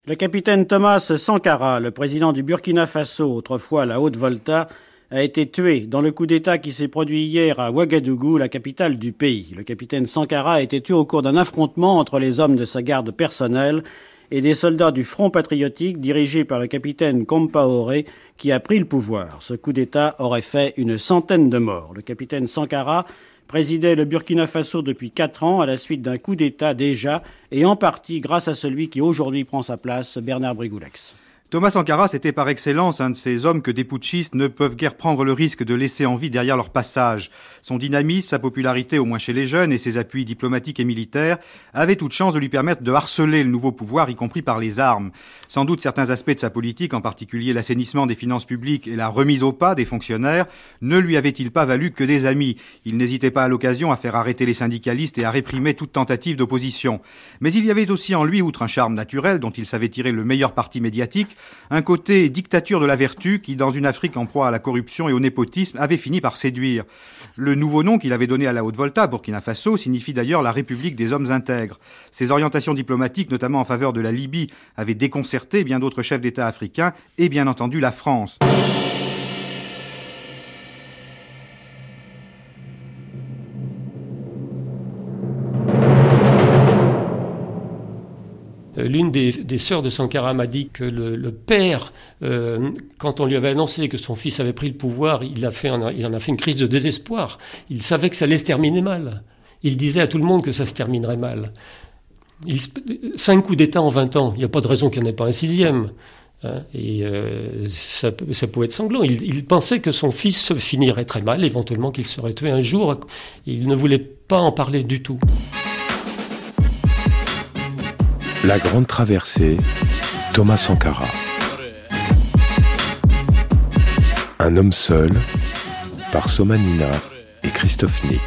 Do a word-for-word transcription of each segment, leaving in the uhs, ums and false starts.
Le capitaine Thomas Sankara, le président du Burkina Faso, autrefois la Haute-Volta, a été tué dans le coup d'État qui s'est produit hier à Ouagadougou, la capitale du pays. Le capitaine Sankara a été tué au cours d'un affrontement entre les hommes de sa garde personnelle et des soldats du Front patriotique dirigé par le capitaine Compaoré qui a pris le pouvoir. Ce coup d'État aurait fait une centaine de morts. Le capitaine Sankara présidait le Burkina Faso depuis quatre ans à la suite d'un coup d'État déjà et en partie grâce à celui qui aujourd'hui prend sa place, Bernard Brigoulex. Thomas Sankara, c'était par excellence un de ces hommes que des putschistes ne peuvent guère prendre le risque de laisser en vie derrière leur passage. Son dynamisme, sa popularité au moins chez les jeunes et ses appuis diplomatiques et militaires avaient toute chance de lui permettre de harceler le nouveau pouvoir, y compris par les armes. Sans doute certains aspects de sa politique, en particulier l'assainissement des finances publiques et la remise au pas des fonctionnaires, ne lui avaient-ils pas valu que des amis. Il n'hésitait pas à l'occasion à faire arrêter les syndicalistes et à réprimer toute tentative d'opposition. Mais il y avait aussi en lui, outre un charme naturel dont il savait tirer le meilleur parti médiatique, un côté dictature de la vertu qui, dans une Afrique en proie à la corruption et au népotisme, avait fini par séduire. Le nouveau nom qu'il avait donné à la Haute-Volta, Burkina Faso, signifie d'ailleurs la République des hommes intègres. Ses orientations diplomatiques, notamment en faveur de la Libye, avaient déconcerté bien d'autres chefs d'État africains et bien entendu la France. L'une des, des sœurs de Sankara m'a dit que le, le père, euh, quand on lui avait annoncé que son fils avait pris le pouvoir, il, a fait un, il en a fait une crise de désespoir. Il savait que ça allait se terminer mal. Il disait à tout le monde que ça se terminerait mal. Il, cinq coups d'État en vingt ans, il n'y a pas de raison qu'il n'y en ait pas un sixième. Hein, et euh, ça, ça pouvait être sanglant. Il, il pensait que son fils finirait très mal, éventuellement qu'il serait tué un jour. Il ne voulait pas en parler du tout. La Grande Traversée, Thomas Sankara. Un homme seul, par Soma Nina et Christophe Nick.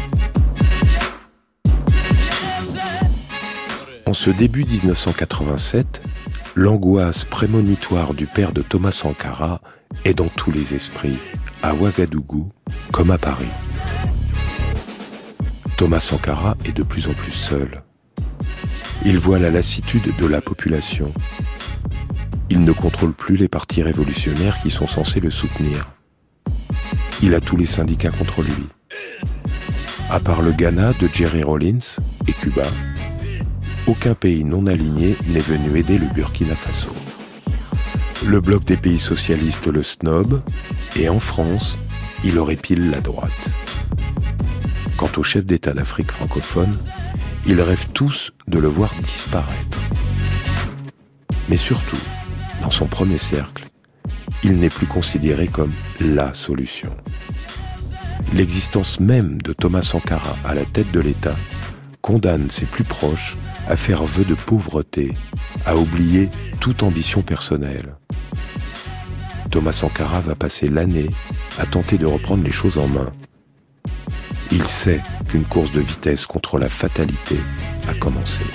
En ce début dix-neuf cent quatre-vingt-sept, l'angoisse prémonitoire du père de Thomas Sankara est dans tous les esprits, à Ouagadougou comme à Paris. Thomas Sankara est de plus en plus seul. Il voit la lassitude de la population. Il ne contrôle plus les partis révolutionnaires qui sont censés le soutenir. Il a tous les syndicats contre lui. À part le Ghana de Jerry Rawlings et Cuba, aucun pays non aligné n'est venu aider le Burkina Faso. Le bloc des pays socialistes le snob, et en France, il répile la droite. Quant aux chefs d'État d'Afrique francophone, ils rêvent tous de le voir disparaître. Mais surtout, dans son premier cercle, il n'est plus considéré comme la solution. L'existence même de Thomas Sankara à la tête de l'État condamne ses plus proches à faire vœu de pauvreté, à oublier toute ambition personnelle. Thomas Sankara va passer l'année à tenter de reprendre les choses en main. Il sait qu'une course de vitesse contre la fatalité a commencé.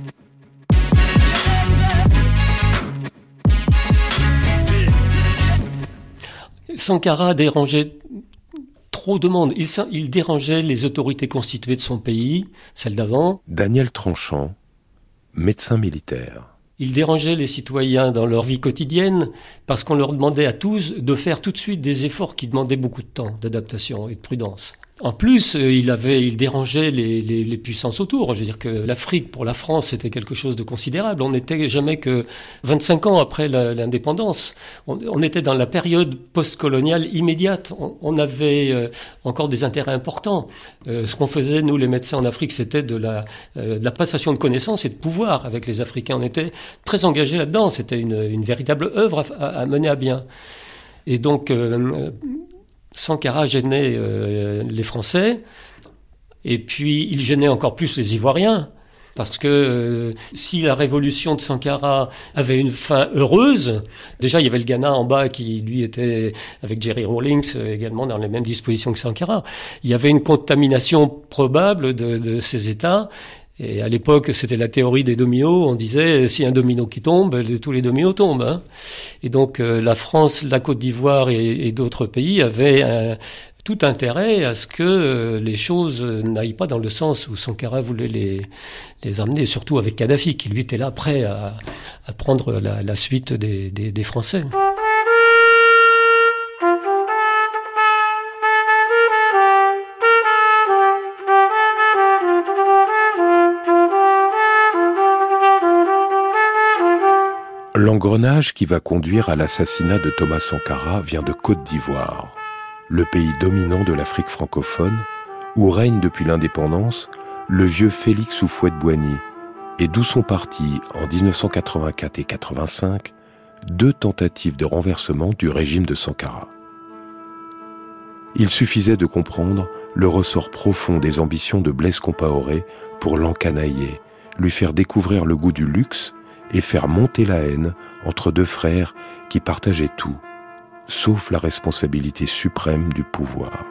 Sankara dérangeait trop de monde. Il, il dérangeait les autorités constituées de son pays, celles d'avant. Daniel Tranchant, médecin militaire. Il dérangeait les citoyens dans leur vie quotidienne parce qu'on leur demandait à tous de faire tout de suite des efforts qui demandaient beaucoup de temps, d'adaptation et de prudence. En plus, il avait, il dérangeait les, les, les puissances autour. Je veux dire que l'Afrique, pour la France, c'était quelque chose de considérable. On n'était jamais que vingt-cinq ans après la, l'indépendance. On, on était dans la période post-coloniale immédiate. On, on avait euh, encore des intérêts importants. Euh, ce qu'on faisait, nous, les médecins en Afrique, c'était de la, euh, de la passation de connaissances et de pouvoir avec les Africains. On était très engagés là-dedans. C'était une, une véritable œuvre à, à, à mener à bien. Et donc... Euh, Sankara gênait euh, les Français, et puis il gênait encore plus les Ivoiriens, parce que euh, si la révolution de Sankara avait une fin heureuse, déjà il y avait le Ghana en bas qui lui était, avec Jerry Rawlings, également dans les mêmes dispositions que Sankara, il y avait une contamination probable de, de ces États. Et à l'époque, c'était la théorie des dominos. On disait, si un domino qui tombe, tous les dominos tombent. Hein. Et donc, euh, la France, la Côte d'Ivoire et, et d'autres pays avaient un, tout intérêt à ce que les choses n'aillent pas dans le sens où Sankara voulait les, les amener, surtout avec Kadhafi, qui lui était là prêt à, à prendre la, la suite des, des, des Français. L'engrenage qui va conduire à l'assassinat de Thomas Sankara vient de Côte d'Ivoire, le pays dominant de l'Afrique francophone, où règne depuis l'indépendance le vieux Félix Houphouët-Boigny, et d'où sont partis en dix-neuf cent quatre-vingt-quatre et quatre-vingt-cinq deux tentatives de renversement du régime de Sankara. Il suffisait de comprendre le ressort profond des ambitions de Blaise Compaoré pour l'encanailler, lui faire découvrir le goût du luxe et faire monter la haine entre deux frères qui partageaient tout, sauf la responsabilité suprême du pouvoir.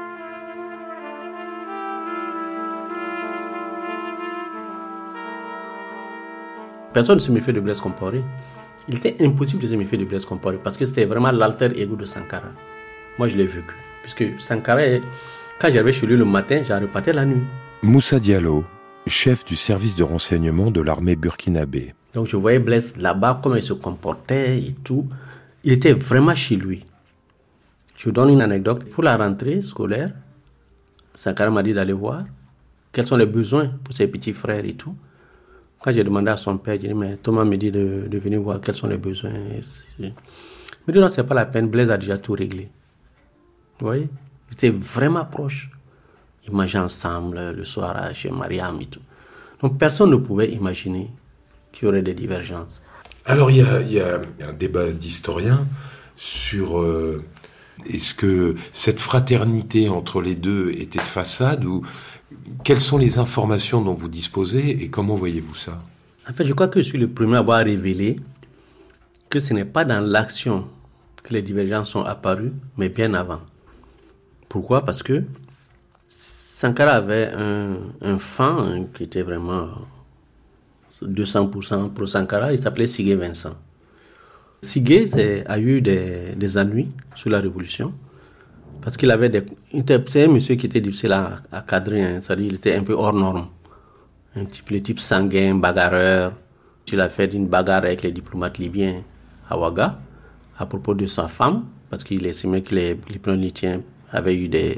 Personne ne se méfiait de Blaise Compaoré. Il était impossible de se méfier de Blaise Compaoré parce que c'était vraiment l'alter ego de Sankara. Moi, je l'ai vécu. Puisque Sankara, quand j'arrivais chez lui le matin, j'en repartais la nuit. Moussa Diallo, chef du service de renseignement de l'armée burkinabé. Donc je voyais Blaise là-bas, comment il se comportait et tout. Il était vraiment chez lui. Je vous donne une anecdote. Pour la rentrée scolaire, Sankara m'a dit d'aller voir quels sont les besoins pour ses petits frères et tout. Quand j'ai demandé à son père, j'ai dit, mais Thomas me dit de, de venir voir quels sont les besoins. Il me dit, non, c'est pas la peine, Blaise a déjà tout réglé. Vous voyez? Ils étaient vraiment proches. Ils mangeaient ensemble le soir chez Mariam et tout. Donc personne ne pouvait imaginer qu'il y aurait des divergences. Alors il y a, il y a un débat d'historiens sur euh, est-ce que cette fraternité entre les deux était de façade ou quelles sont les informations dont vous disposez et comment voyez-vous ça? En fait, je crois que je suis le premier à avoir révélé que ce n'est pas dans l'action que les divergences sont apparues, mais bien avant. Pourquoi? Parce que Sankara avait un, un fan qui était vraiment deux cents pour cent pro Sankara, il s'appelait Sigué Vincent. Sigué a eu des, des ennuis sous la Révolution, parce qu'il avait des... C'est un monsieur qui était difficile à, à cadrer, hein, c'est-à-dire il était un peu hors norme. Un type, le type sanguin, bagarreur. Il a fait une bagarre avec les diplomates libyens à Ouaga, à propos de sa femme, parce qu'il estimait que les diplomates libyens avaient eu des...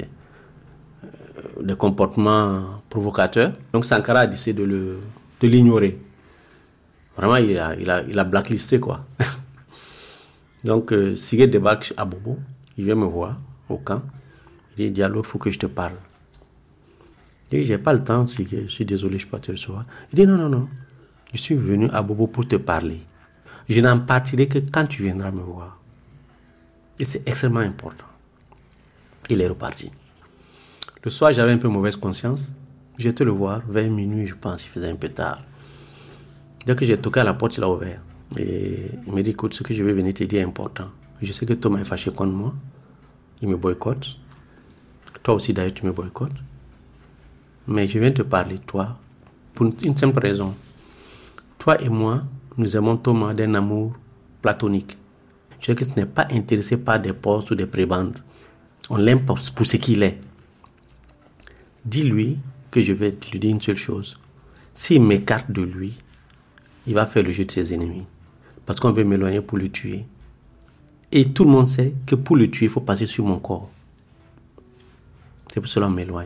des comportements provocateurs. Donc Sankara a décidé de, le, de l'ignorer. Vraiment, il a, il a, il a blacklisté, quoi. Donc, euh, Sigué débarque à Bobo. Il vient me voir au camp. Il dit, Diallo, il faut que je te parle. Je dis, j'ai pas le temps, Sigué. Je suis désolé, je ne peux pas te recevoir. Il dit, non, non, non. Je suis venu à Bobo pour te parler. Je n'en partirai que quand tu viendras me voir. Et c'est extrêmement important. Il est reparti. Le soir, j'avais un peu mauvaise conscience. J'étais le voir vers minuit, je pense, il faisait un peu tard. Dès que j'ai toqué à la porte, il a ouvert. Et il m'a dit, écoute, ce que je vais venir te dire est important. Je sais que Thomas est fâché contre moi. Il me boycotte. Toi aussi, d'ailleurs, tu me boycottes. Mais je viens te parler, toi, pour une simple raison. Toi et moi, nous aimons Thomas d'un amour platonique. Je sais que ce n'est pas intéressé par des postes ou des prébendes. On l'aime pour ce qu'il est. Dis-lui que je vais lui dire une seule chose. S'il m'écarte de lui, il va faire le jeu de ses ennemis. Parce qu'on veut m'éloigner pour le tuer. Et tout le monde sait que pour le tuer, il faut passer sur mon corps. C'est pour cela qu'on m'éloigne.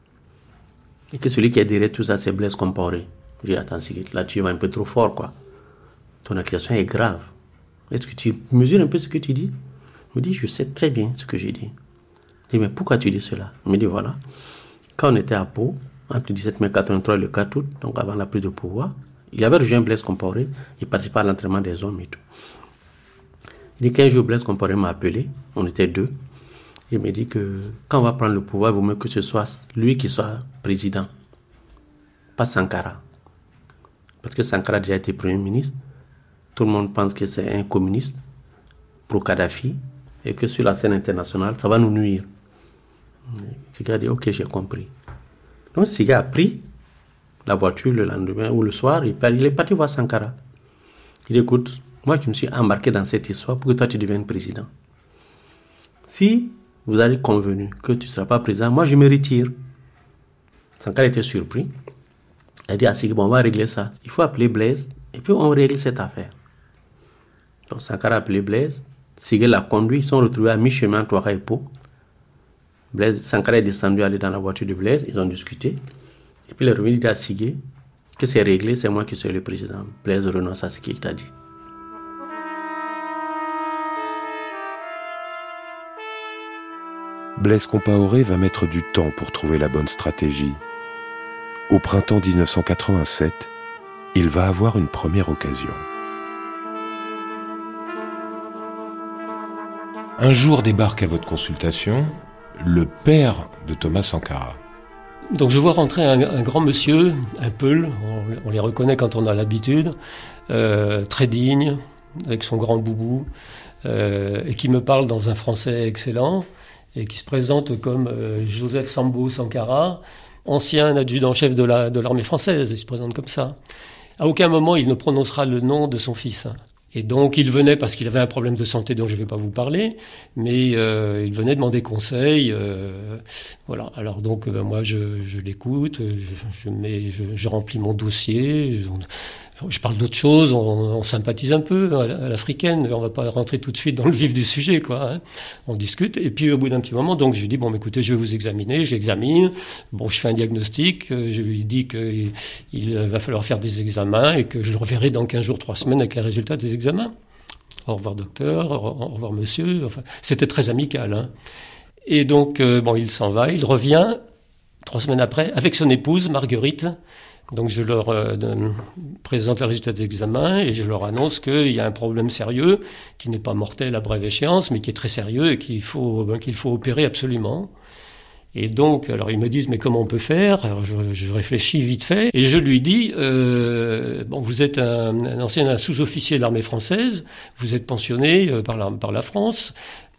Et que celui qui est derrière tout ça, c'est Blaise Compaoré. Je dis, attends, là tu vas un peu trop fort, quoi. Ton accusation est grave. Est-ce que tu mesures un peu ce que tu dis? Il me dit, je sais très bien ce que j'ai dit. Je dis, mais pourquoi tu dis cela? Il me dit, voilà. Quand on était à Pau, entre le dix-sept mai quatre-vingt-trois et le quatre août, donc avant la prise de pouvoir, il avait rejoint Blaise Compaoré, il participait à l'entraînement des hommes et tout. Il dit qu'un jour, Blaise Compaoré m'a appelé, on était deux, il m'a dit que quand on va prendre le pouvoir, il vaut mieux que ce soit lui qui soit président, pas Sankara. Parce que Sankara a déjà été Premier ministre, tout le monde pense que c'est un communiste, pro-Kadhafi, et que sur la scène internationale, ça va nous nuire. Siga a dit, ok, j'ai compris. Donc Siga a pris la voiture le lendemain ou le soir, il est parti voir Sankara. Il dit, écoute, moi je me suis embarqué dans cette histoire pour que toi tu deviennes président. Si vous avez convenu que tu ne seras pas président, moi je me retire. Sankara était surpris. Il a dit à Sigui, bon, on va régler ça. Il faut appeler Blaise et puis on règle cette affaire. Donc Sankara a appelé Blaise. Sigui l'a conduit. Ils sont retrouvés à mi-chemin entre Ouattara et Pau. Blaise, Sankara est descendu, aller dans la voiture de Blaise. Ils ont discuté. Et puis il est revenu dire à Sigui que c'est réglé, c'est moi qui suis le président. Blaise renonce à ce qu'il t'a dit. Blaise Compaoré va mettre du temps pour trouver la bonne stratégie. Au printemps dix-neuf cent quatre-vingt-sept, il va avoir une première occasion. Un jour débarque à votre consultation le père de Thomas Sankara. Donc je vois rentrer un, un grand monsieur, un peul, on, on les reconnaît quand on a l'habitude, euh, très digne, avec son grand boubou, euh, et qui me parle dans un français excellent, et qui se présente comme euh, Joseph Sambo Sankara, ancien adjudant-chef de, la, de l'armée française, il se présente comme ça. À aucun moment il ne prononcera le nom de son fils. Et donc il venait parce qu'il avait un problème de santé dont je ne vais pas vous parler, mais euh, il venait demander conseil. Euh, voilà. Alors donc ben, moi je, je l'écoute, je, je, mets, je, je remplis mon dossier, je, je parle d'autres choses, on, on sympathise un peu à l'africaine, on ne va pas rentrer tout de suite dans le vif du sujet, quoi. Hein. On discute, et puis au bout d'un petit moment, donc je lui dis, bon écoutez, je vais vous examiner, j'examine, bon je fais un diagnostic, je lui dis qu'il il va falloir faire des examens et que je le reverrai dans quinze jours, trois semaines avec les résultats des examens. Au revoir docteur, au revoir monsieur, enfin, c'était très amical. Hein. Et donc, euh, bon, il s'en va, il revient, trois semaines après, avec son épouse, Marguerite. Donc je leur euh, de, présente les résultats des examens et je leur annonce qu'il y a un problème sérieux, qui n'est pas mortel à brève échéance, mais qui est très sérieux et qu'il faut, ben, qu'il faut opérer absolument. Et donc, alors ils me disent, mais comment on peut faire ? Alors je, je réfléchis vite fait et je lui dis, euh, bon, vous êtes un, un ancien un sous-officier de l'armée française, vous êtes pensionné euh, par, la, par la France.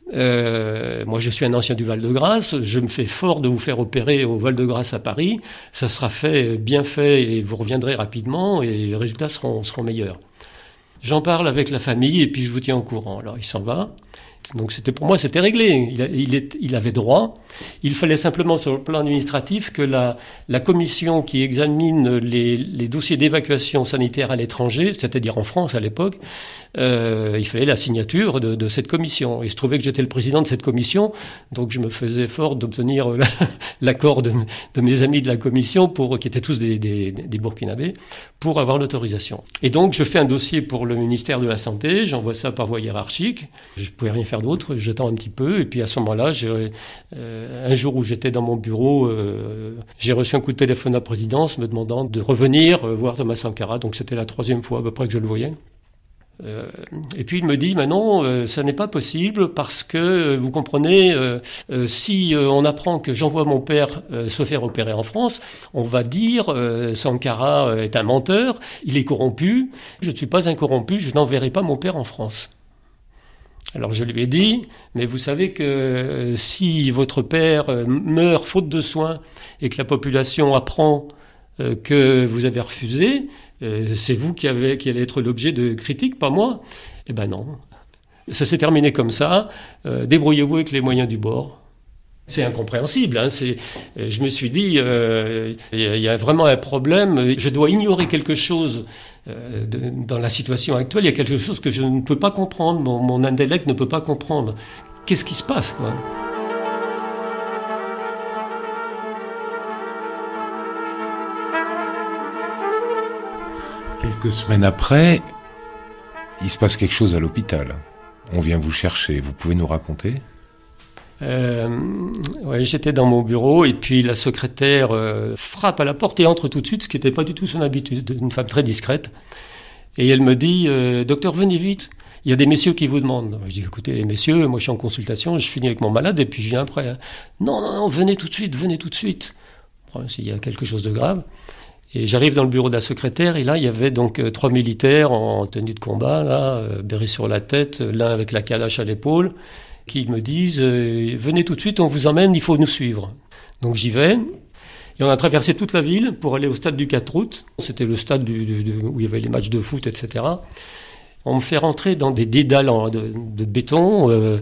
Euh, moi je suis un ancien du Val-de-Grâce, je me fais fort de vous faire opérer au Val-de-Grâce à Paris, ça sera fait, bien fait et vous reviendrez rapidement et les résultats seront, seront meilleurs. J'en parle avec la famille et puis je vous tiens au courant. Alors il s'en va. Donc c'était, pour moi, c'était réglé. Il, il, est, il avait droit. Il fallait simplement, sur le plan administratif, que la, la commission qui examine les, les dossiers d'évacuation sanitaire à l'étranger, c'est-à-dire en France à l'époque, euh, il fallait la signature de, de cette commission. Il se trouvait que j'étais le président de cette commission, donc je me faisais fort d'obtenir la, l'accord de, de mes amis de la commission, pour, qui étaient tous des, des, des Burkinabés, pour avoir l'autorisation. Et donc je fais un dossier pour le ministère de la Santé, j'envoie ça par voie hiérarchique. Je ne pouvais rien faire d'autre, j'attends un petit peu, et puis à ce moment-là, j'ai, euh, un jour où j'étais dans mon bureau, euh, j'ai reçu un coup de téléphone à la présidence me demandant de revenir euh, voir Thomas Sankara, donc c'était la troisième fois à peu près que je le voyais. Euh, et puis il me dit, mais non, euh, ça n'est pas possible parce que, euh, vous comprenez, euh, euh, si euh, on apprend que j'envoie mon père euh, se faire opérer en France, on va dire euh, Sankara est un menteur, il est corrompu, je ne suis pas un corrompu, je n'enverrai pas mon père en France. Alors je lui ai dit, mais vous savez que euh, si votre père euh, meurt faute de soins et que la population apprend euh, que vous avez refusé, euh, c'est vous qui, avez, qui allez être l'objet de critiques, pas moi. Eh ben non. Ça s'est terminé comme ça. Euh, débrouillez-vous avec les moyens du bord. C'est incompréhensible. Hein. C'est, je me suis dit, euh, il y a vraiment un problème. Je dois ignorer quelque chose. Euh, de, dans la situation actuelle, il y a quelque chose que je ne peux pas comprendre. Mon, mon intellect ne peut pas comprendre. Qu'est-ce qui se passe, quoi ? Quelques semaines après, il se passe quelque chose à l'hôpital. On vient vous chercher. Vous pouvez nous raconter ? Euh, ouais, j'étais dans mon bureau et puis la secrétaire euh, frappe à la porte et entre tout de suite, ce qui n'était pas du tout son habitude, une femme très discrète. Et elle me dit, euh, docteur, venez vite, il y a des messieurs qui vous demandent. Je dis, écoutez, les messieurs, moi je suis en consultation, je finis avec mon malade et puis je viens après. Hein. Non, non, non, venez tout de suite, venez tout de suite. Bon, s'il y a quelque chose de grave. Et j'arrive dans le bureau de la secrétaire et là, il y avait donc euh, trois militaires en tenue de combat, là, euh, béret sur la tête, l'un avec la calache à l'épaule, qui me disent euh, « Venez tout de suite, on vous emmène, il faut nous suivre ». Donc j'y vais, et on a traversé toute la ville pour aller au stade du quatre août. C'était le stade du, du, du, où il y avait les matchs de foot, et cetera. On me fait rentrer dans des dédales de, de béton. Euh,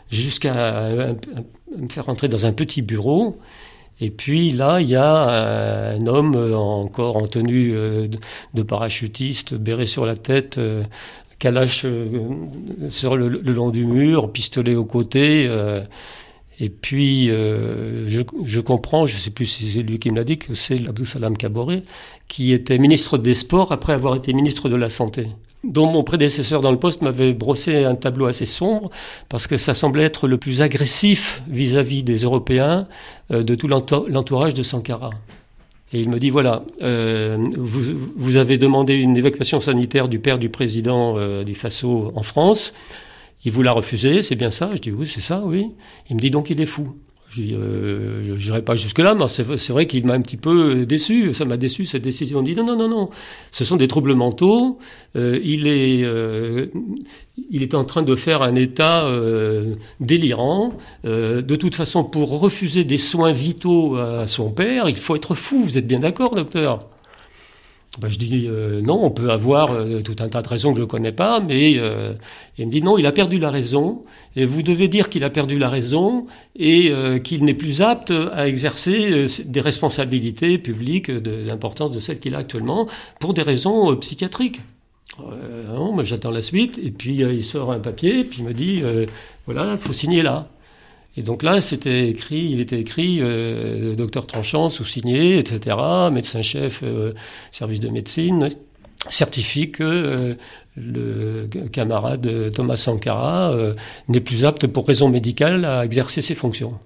jusqu'à me faire entrer dans un petit bureau. Et puis là, il y a un homme encore en tenue de parachutiste, béret sur la tête, calache sur le, le long du mur, pistolet au côté. Et puis, euh, je, je comprends, je ne sais plus si c'est lui qui me l'a dit, que c'est Abdou Salam Kaboré, qui était ministre des Sports après avoir été ministre de la Santé, dont mon prédécesseur dans le poste m'avait brossé un tableau assez sombre, parce que ça semblait être le plus agressif vis-à-vis des Européens euh, de tout l'entourage de Sankara. Et il me dit, voilà, euh, vous, vous avez demandé une évacuation sanitaire du père du président euh, du Faso en France. Il vous l'a refusé, c'est bien ça? Je dis oui, c'est ça, oui. Il me dit donc il est fou. Je dis, euh, je n'irai pas jusque-là, mais c'est, c'est vrai qu'il m'a un petit peu déçu. Ça m'a déçu, cette décision. Il dit non, non, non, non. Ce sont des troubles mentaux. Euh, il est, euh, il est en train de faire un état euh, délirant. Euh, de toute façon, pour refuser des soins vitaux à son père, il faut être fou. Vous êtes bien d'accord, docteur? Ben, je dis euh, non, on peut avoir euh, tout un tas de raisons que je ne connais pas, mais euh, il me dit non, il a perdu la raison, et vous devez dire qu'il a perdu la raison et euh, qu'il n'est plus apte à exercer euh, des responsabilités publiques de l'importance de celles qu'il a actuellement pour des raisons euh, psychiatriques. Euh, non, mais j'attends la suite, et puis euh, il sort un papier, puis il me dit euh, voilà, il faut signer là. Et donc là, c'était écrit, il était écrit euh, docteur Tranchant, sous-signé, et cetera, médecin-chef, euh, service de médecine, certifie que euh, le camarade Thomas Sankara euh, n'est plus apte pour raison médicale à exercer ses fonctions.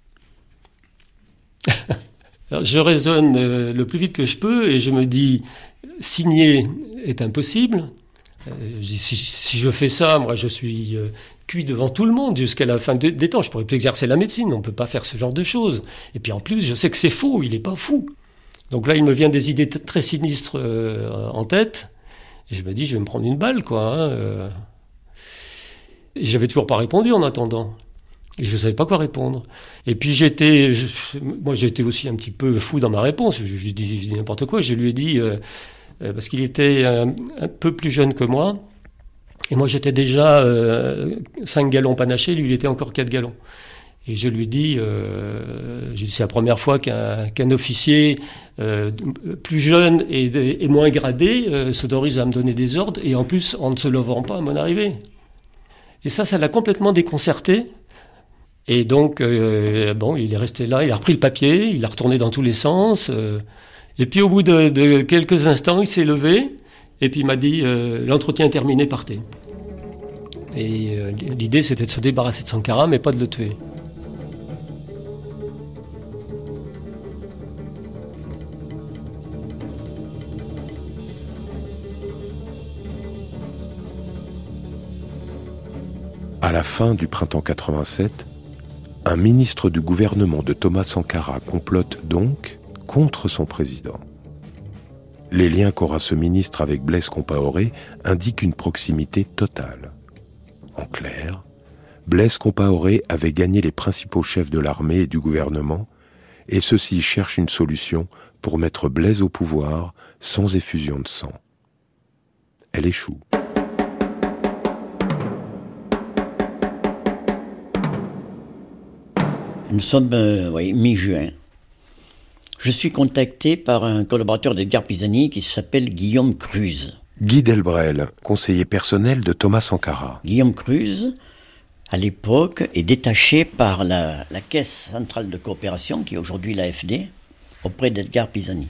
Alors, je raisonne euh, le plus vite que je peux et je me dis, signer est impossible. Euh, si, si je fais ça, moi je suis euh, cuit devant tout le monde jusqu'à la fin de, des temps. Je ne pourrais plus exercer la médecine, on ne peut pas faire ce genre de choses. Et puis en plus, je sais que c'est faux, il n'est pas fou. Donc là, il me vient des idées t- très sinistres euh, en tête. Et je me dis, je vais me prendre une balle, quoi. Hein, euh. Et j'avais toujours pas répondu en attendant. Et je ne savais pas quoi répondre. Et puis j'étais, je, moi j'étais aussi un petit peu fou dans ma réponse. Je, je, je, dis, je dis n'importe quoi. Je lui ai dit... Euh, parce qu'il était un, un peu plus jeune que moi, et moi j'étais déjà euh, cinq gallons panachés, lui il était encore quatre gallons. Et je lui dis, euh, j'ai dit c'est la première fois qu'un, qu'un officier euh, plus jeune et, et moins gradé euh, s'autorise à me donner des ordres, et en plus en ne se levant pas à mon arrivée. Et ça, ça l'a complètement déconcerté. Et donc, euh, bon, il est resté là, il a repris le papier, il a retourné dans tous les sens... Euh, Et puis au bout de, de quelques instants, il s'est levé et puis il m'a dit euh, l'entretien est terminé, partez. Et euh, l'idée c'était de se débarrasser de Sankara, mais pas de le tuer. À la fin du printemps quatre-vingt-sept, un ministre du gouvernement de Thomas Sankara complote donc contre son président. Les liens qu'aura ce ministre avec Blaise Compaoré indiquent une proximité totale. En clair, Blaise Compaoré avait gagné les principaux chefs de l'armée et du gouvernement, et ceux-ci cherchent une solution pour mettre Blaise au pouvoir sans effusion de sang. Elle échoue. Nous sommes euh, oui, mi-juin. Je suis contacté par un collaborateur d'Edgar Pisani qui s'appelle Guillaume Cruz. Guy Delbrel, conseiller personnel de Thomas Sankara. Guillaume Cruz, à l'époque, est détaché par la, la Caisse centrale de coopération, qui est aujourd'hui l'A F D, auprès d'Edgar Pisani.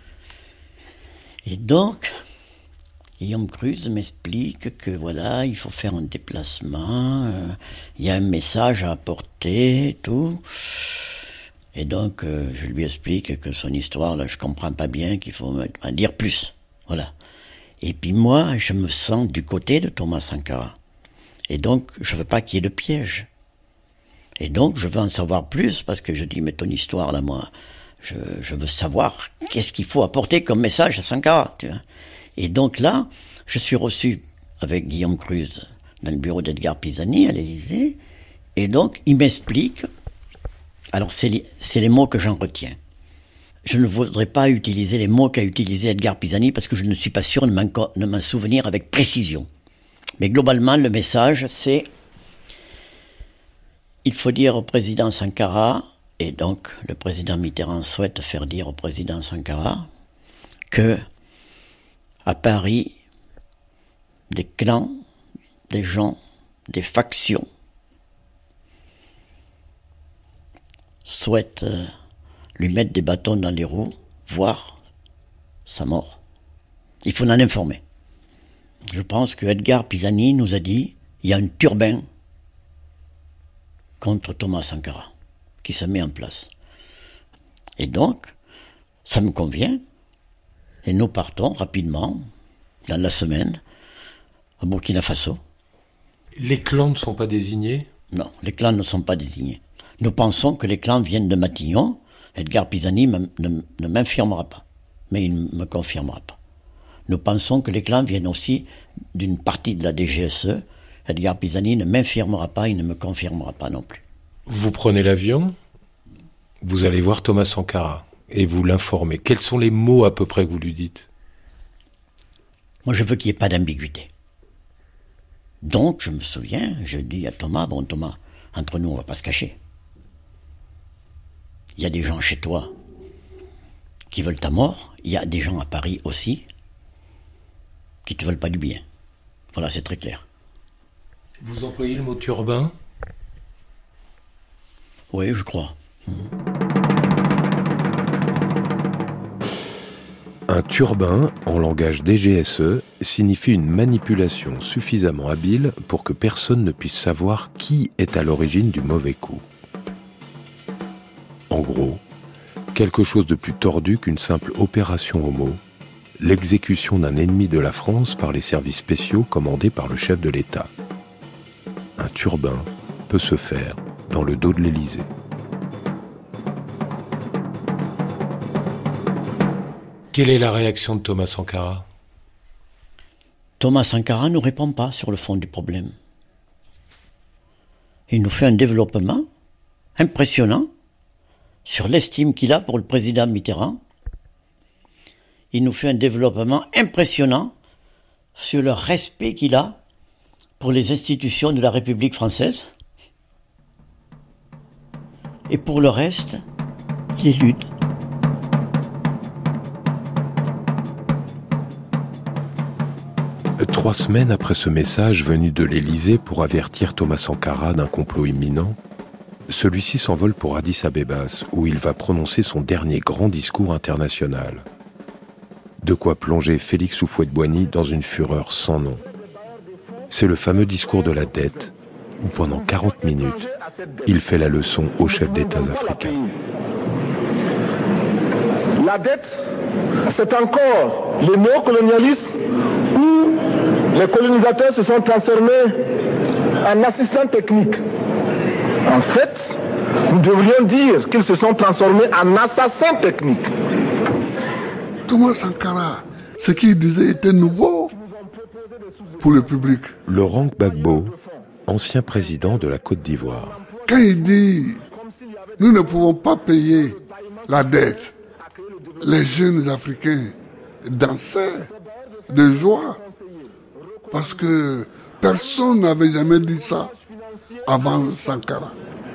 Et donc, Guillaume Cruz m'explique que voilà, il faut faire un déplacement, euh, il y a un message à apporter, et tout... Et donc, euh, je lui explique que son histoire, là, je comprends pas bien, qu'il faut en dire plus. Voilà. Et puis moi, je me sens du côté de Thomas Sankara. Et donc, je veux pas qu'il y ait de piège. Et donc, je veux en savoir plus, parce que je dis, mais ton histoire, là, moi, je, je veux savoir qu'est-ce qu'il faut apporter comme message à Sankara, tu vois. Et donc là, je suis reçu avec Guillaume Cruz dans le bureau d'Edgar Pisani, à l'Élysée, et donc, il m'explique. Alors, c'est les, c'est les mots que j'en retiens. Je ne voudrais pas utiliser les mots qu'a utilisé Edgar Pisani parce que je ne suis pas sûr de m'en, de m'en souvenir avec précision. Mais globalement, le message, c'est il faut dire au président Sankara, et donc le président Mitterrand souhaite faire dire au président Sankara, que à Paris, des clans, des gens, des factions souhaitent euh, lui mettre des bâtons dans les roues, voire sa mort. Il faut en informer. Je pense que Edgar Pisani nous a dit il y a un turbin contre Thomas Sankara qui se met en place. Et donc, ça me convient, et nous partons rapidement, dans la semaine, au Burkina Faso. Les clans ne sont pas désignés ? Non, les clans ne sont pas désignés. Nous pensons que les clans viennent de Matignon. Edgar Pisani me, ne, ne m'infirmera pas, mais il ne me confirmera pas. Nous pensons que les clans viennent aussi d'une partie de la D G S E. Edgar Pisani ne m'infirmera pas, il ne me confirmera pas non plus. Vous prenez l'avion, vous allez voir Thomas Sankara et vous l'informez. Quels sont les mots à peu près que vous lui dites ? Moi, je veux qu'il n'y ait pas d'ambiguïté. Donc, je me souviens, je dis à Thomas, bon Thomas, entre nous, on ne va pas se cacher. Il y a des gens chez toi qui veulent ta mort, il y a des gens à Paris aussi qui ne te veulent pas du bien. Voilà, c'est très clair. Vous employez le mot turbin ? Oui, je crois. Un turbin, en langage D G S E, signifie une manipulation suffisamment habile pour que personne ne puisse savoir qui est à l'origine du mauvais coup. En gros, quelque chose de plus tordu qu'une simple opération au mot, l'exécution d'un ennemi de la France par les services spéciaux commandés par le chef de l'État. Un turbin peut se faire dans le dos de l'Élysée. Quelle est la réaction de Thomas Sankara ? Thomas Sankara ne nous répond pas sur le fond du problème. Il nous fait un développement impressionnant sur l'estime qu'il a pour le président Mitterrand. Il nous fait un développement impressionnant sur le respect qu'il a pour les institutions de la République française. Et pour le reste, il élude. Trois semaines après ce message venu de l'Élysée pour avertir Thomas Sankara d'un complot imminent, celui-ci s'envole pour Addis Abebas, où il va prononcer son dernier grand discours international. De quoi plonger Félix Houphouët-Boigny dans une fureur sans nom. C'est le fameux discours de la dette, où pendant quarante minutes, il fait la leçon aux chefs d'États africains. La dette, c'est encore le néocolonialisme où les colonisateurs se sont transformés en assistants techniques. En fait, nous devrions dire qu'ils se sont transformés en assassins techniques. Thomas Sankara, ce qu'il disait était nouveau pour le public. Laurent Gbagbo, ancien président de la Côte d'Ivoire. Quand il dit « nous ne pouvons pas payer la dette », les jeunes Africains dansaient de joie parce que personne n'avait jamais dit ça avant Sankara.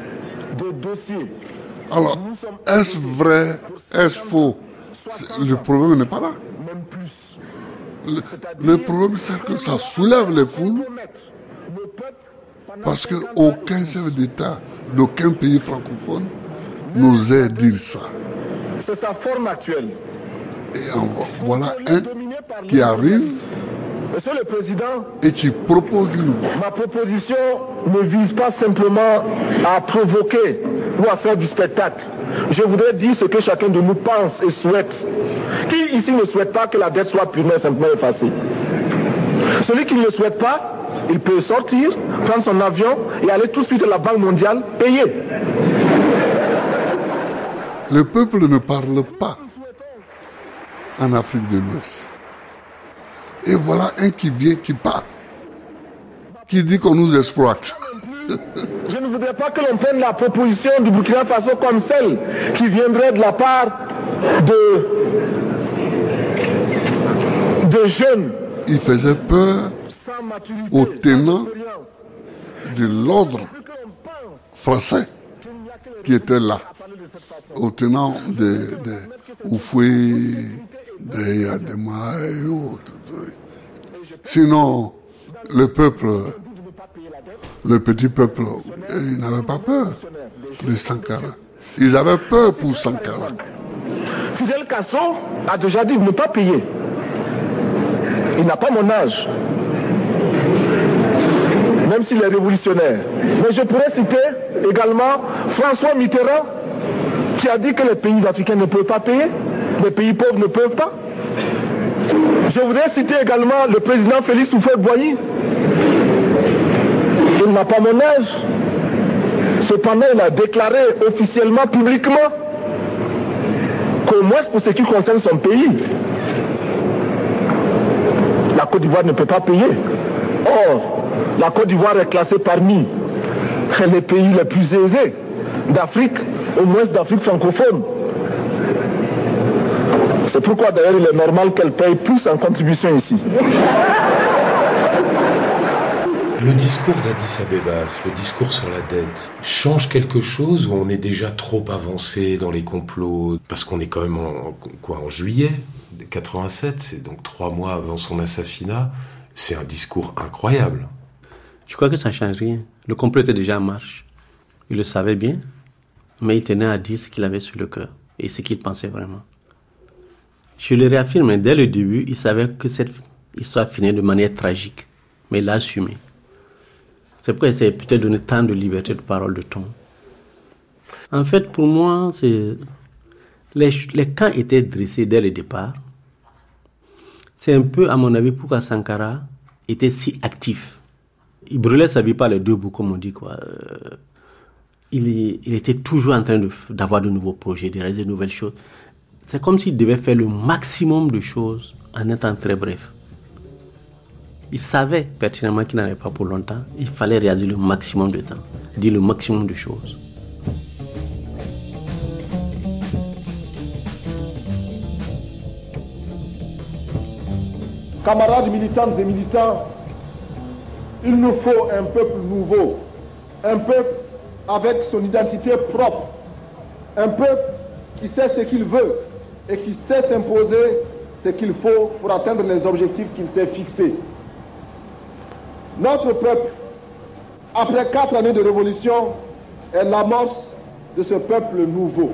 Alors, est-ce vrai, est-ce faux? Le problème n'est pas là. Le, le problème, c'est que ça soulève les foules parce qu'aucun chef d'État d'aucun pays francophone n'osait dire ça. C'est sa forme actuelle. Et en, voilà un qui arrive Monsieur le Président, et qui propose une voie. Ma proposition ne vise pas simplement à provoquer ou à faire du spectacle. Je voudrais dire ce que chacun de nous pense et souhaite. Qui ici ne souhaite pas que la dette soit purement et simplement effacée? Celui qui ne le souhaite pas, il peut sortir, prendre son avion et aller tout de suite à la Banque mondiale payer. Le peuple ne parle pas en Afrique de l'Ouest. Et voilà un qui vient, qui parle, qui dit qu'on nous exploite. Je ne voudrais pas que l'on prenne la proposition du Burkina Faso comme celle qui viendrait de la part de, de jeunes. Il faisait peur aux tenants de l'ordre français qui étaient là, au tenant de, de Houphouët, de Yadema et autres. Sinon, le peuple, le petit peuple, ils n'avaient pas peur de Sankara. Ils avaient peur pour Sankara. Fidel Castro a déjà dit ne pas payer. Il n'a pas mon âge, même s'il est révolutionnaire. Mais je pourrais citer également François Mitterrand, qui a dit que les pays africains ne peuvent pas payer, les pays pauvres ne peuvent pas. Je voudrais citer également le président Félix Houphouët-Boigny. Il n'a pas mon âge. Cependant, il a déclaré officiellement, publiquement, qu'au moins pour ce qui concerne son pays, la Côte d'Ivoire ne peut pas payer. Or, la Côte d'Ivoire est classée parmi les pays les plus aisés d'Afrique, au moins d'Afrique francophone. C'est pourquoi d'ailleurs il est normal qu'elle paye plus en contribution ici. Le discours d'Addis Abebas, le discours sur la dette, change quelque chose ou on est déjà trop avancé dans les complots? Parce qu'on est quand même en, quoi, en juillet quatre-vingt-sept, c'est donc trois mois avant son assassinat. C'est un discours incroyable. Je crois que ça ne change rien. Le complot était déjà en marche. Il le savait bien, mais il tenait à dire ce qu'il avait sur le cœur et ce qu'il pensait vraiment. Je le réaffirme, dès le début, il savait que cette histoire finit de manière tragique, mais il l'a assumé. C'est pourquoi il s'est peut-être donné tant de liberté de parole, de ton. En fait, pour moi, c'est... Les, les camps étaient dressés dès le départ. C'est un peu, à mon avis, pourquoi Sankara était si actif. Il brûlait sa vie par les deux bouts, comme on dit, quoi. Euh, il, il était toujours en train de, d'avoir de nouveaux projets, de réaliser de nouvelles choses. C'est comme s'il devait faire le maximum de choses en un temps très bref. Il savait pertinemment qu'il n'en avait pas pour longtemps. Il fallait réaliser le maximum de temps, dire le maximum de choses. Camarades militantes et militants, il nous faut un peuple nouveau, un peuple avec son identité propre, un peuple qui sait ce qu'il veut et qui sait s'imposer ce qu'il faut pour atteindre les objectifs qu'il s'est fixés. Notre peuple, après quatre années de révolution, est l'amorce de ce peuple nouveau.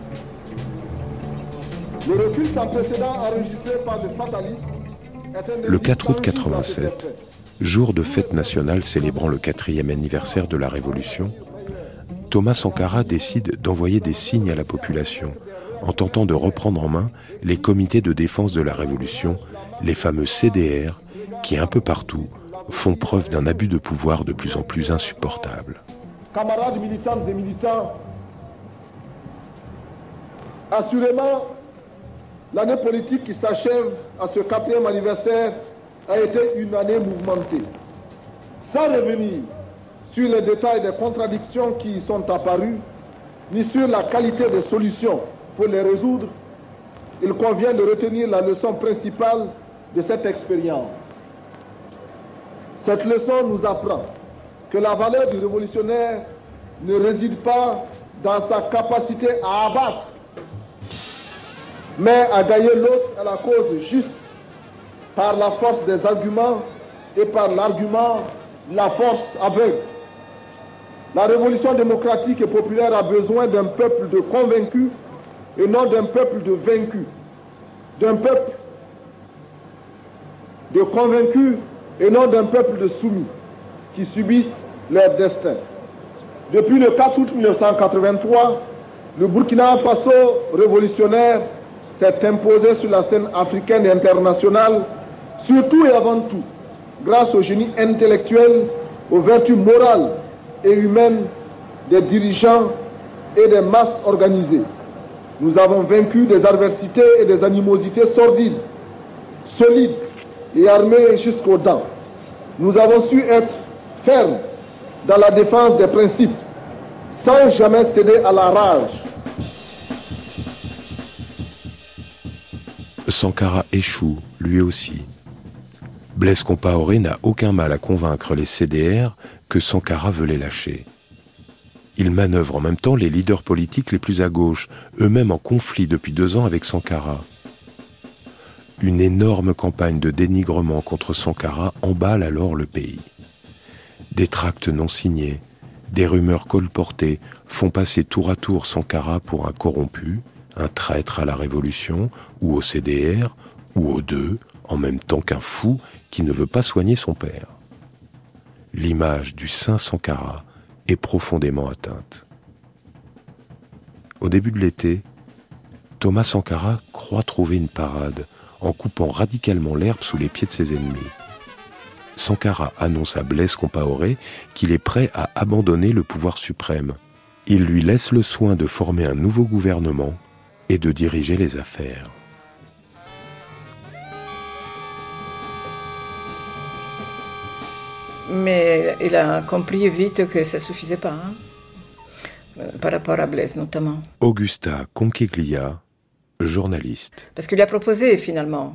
Le recul sans précédent enregistré par le fatalisme. Le quatre août quatre-vingt-sept, jour de fête nationale célébrant le quatrième anniversaire de la Révolution, Thomas Sankara décide d'envoyer des signes à la population en tentant de reprendre en main les comités de défense de la Révolution, les fameux C D R, qui un peu partout font preuve d'un abus de pouvoir de plus en plus insupportable. Camarades militantes et militants, assurément, l'année politique qui s'achève à ce quatrième anniversaire a été une année mouvementée. Sans revenir sur les détails des contradictions qui y sont apparues, ni sur la qualité des solutions pour les résoudre, il convient de retenir la leçon principale de cette expérience. Cette leçon nous apprend que la valeur du révolutionnaire ne réside pas dans sa capacité à abattre, mais à gagner l'autre à la cause juste par la force des arguments et par l'argument, la force aveugle. La révolution démocratique et populaire a besoin d'un peuple de convaincus et non d'un peuple de vaincus. D'un peuple de convaincus et non d'un peuple de soumis qui subissent leur destin. Depuis le quatre août mille neuf cent quatre-vingt-trois, le Burkina Faso révolutionnaire s'est imposé sur la scène africaine et internationale, surtout et avant tout, grâce au génie intellectuel, aux vertus morales et humaines des dirigeants et des masses organisées. Nous avons vaincu des adversités et des animosités sordides, solides et armés jusqu'aux dents. Nous avons su être fermes dans la défense des principes, sans jamais céder à la rage. Sankara échoue, lui aussi. Blaise Compaoré n'a aucun mal à convaincre les C D R que Sankara veut les lâcher. Il manœuvre en même temps les leaders politiques les plus à gauche, eux-mêmes en conflit depuis deux ans avec Sankara. Une énorme campagne de dénigrement contre Sankara emballe alors le pays. Des tracts non signés, des rumeurs colportées font passer tour à tour Sankara pour un corrompu, un traître à la révolution, ou au C D R, ou aux deux, en même temps qu'un fou qui ne veut pas soigner son père. L'image du saint Sankara est profondément atteinte. Au début de l'été, Thomas Sankara croit trouver une parade en coupant radicalement l'herbe sous les pieds de ses ennemis. Sankara annonce à Blaise Compaoré qu'il est prêt à abandonner le pouvoir suprême. Il lui laisse le soin de former un nouveau gouvernement et de diriger les affaires. Mais il a compris vite que ça ne suffisait pas, hein, par rapport à Blaise notamment. Augusta Conchiglia, journaliste. Parce qu'il lui a proposé finalement,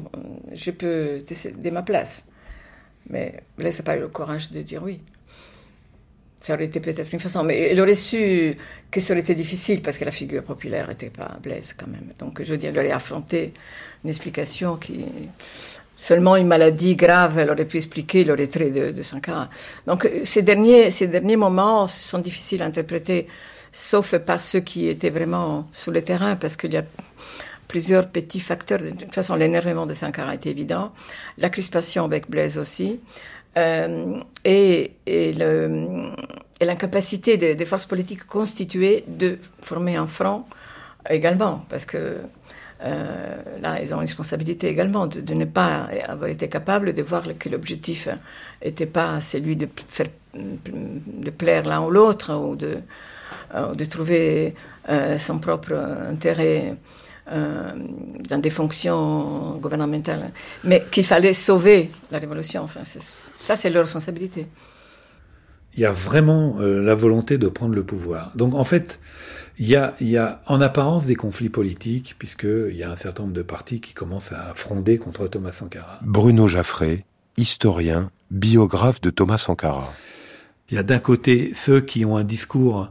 je peux décider ma place. Mais Blaise n'a pas eu le courage de dire oui. Ça aurait été peut-être une façon, mais il aurait su que ça aurait été difficile parce que la figure populaire n'était pas Blaise quand même. Donc je veux dire, il aurait affronté une explication qui... Seulement une maladie grave, elle aurait pu expliquer le retrait de, de Sankara. Donc ces derniers, ces derniers moments sont difficiles à interpréter, sauf par ceux qui étaient vraiment sur le terrain, parce qu'il y a plusieurs petits facteurs. De toute façon, l'énervement de Sankara était évident, la crispation avec Blaise aussi, euh, et, et, le, et l'incapacité des, des forces politiques constituées de former un front également, parce que Euh, là, ils ont une responsabilité également de, de ne pas avoir été capables de voir que l'objectif n'était pas celui de, faire, de plaire l'un ou l'autre ou de, euh, de trouver euh, son propre intérêt euh, dans des fonctions gouvernementales, mais qu'il fallait sauver la révolution. Enfin, c'est, ça, c'est leur responsabilité. Il y a vraiment euh, la volonté de prendre le pouvoir. Donc, en fait, Il y, a, il y a en apparence des conflits politiques, puisqu'il y a un certain nombre de partis qui commencent à fronder contre Thomas Sankara. Bruno Jaffray, historien, biographe de Thomas Sankara. Il y a d'un côté ceux qui ont un discours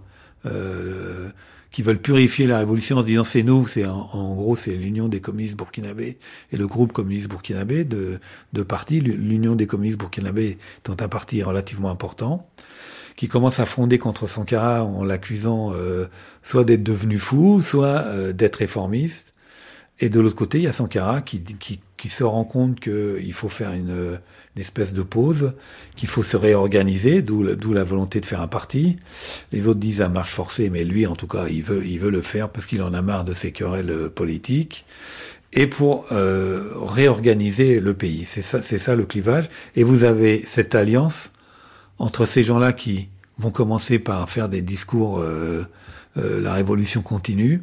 euh, qui veulent purifier la révolution en se disant c'est nous, c'est en, en gros c'est l'Union des communistes burkinabés et le groupe communiste burkinabé de, de partis, l'Union des communistes burkinabés étant un parti relativement important, qui commence à fronder contre Sankara en l'accusant euh, soit d'être devenu fou, soit euh, d'être réformiste. Et de l'autre côté, il y a Sankara qui, qui, qui se rend compte qu'il faut faire une, une espèce de pause, qu'il faut se réorganiser, d'où, d'où la volonté de faire un parti. Les autres disent à marche forcée, mais lui, en tout cas, il veut, il veut le faire parce qu'il en a marre de ces querelles politiques. Et pour euh, réorganiser le pays. C'est ça, c'est ça le clivage. Et vous avez cette alliance entre ces gens-là qui vont commencer par faire des discours euh, euh, la révolution continue,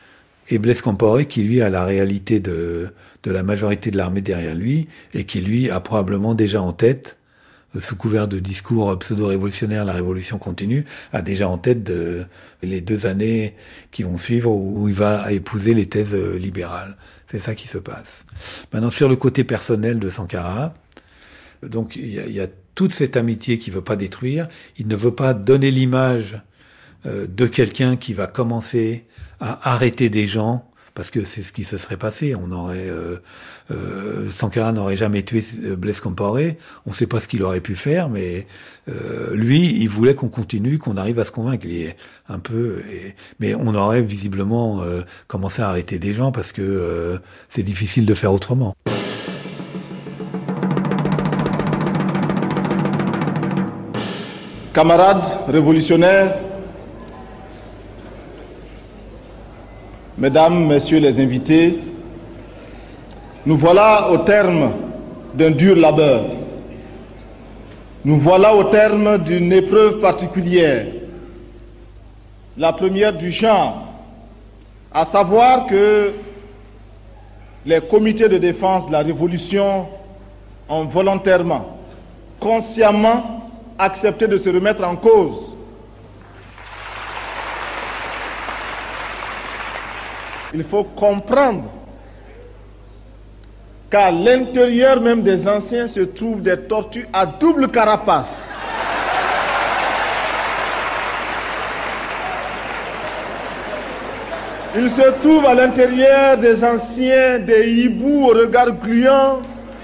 et Blaise Compaoré qui lui a la réalité de, de la majorité de l'armée derrière lui, et qui lui a probablement déjà en tête, sous couvert de discours pseudo-révolutionnaires, la révolution continue, a déjà en tête de, les deux années qui vont suivre où, où il va épouser les thèses libérales. C'est ça qui se passe. Maintenant, sur le côté personnel de Sankara, donc il y a, il y a toute cette amitié qu'il veut pas détruire. Il ne veut pas donner l'image euh, de quelqu'un qui va commencer à arrêter des gens, parce que c'est ce qui se serait passé. On aurait euh, euh, Sankara n'aurait jamais tué Blaise Compaoré. On ne sait pas ce qu'il aurait pu faire, mais euh, lui, il voulait qu'on continue, qu'on arrive à se convaincre. Il est un peu, et, mais on aurait visiblement euh, commencé à arrêter des gens parce que euh, c'est difficile de faire autrement. Camarades révolutionnaires, Mesdames, Messieurs les invités, nous voilà au terme d'un dur labeur. Nous voilà au terme d'une épreuve particulière, la première du genre, à savoir que les comités de défense de la Révolution ont volontairement, consciemment, accepté de se remettre en cause. Il faut comprendre qu'à l'intérieur même des anciens se trouvent des tortues à double carapace. Il se trouve à l'intérieur des anciens, des hiboux au regard gluant,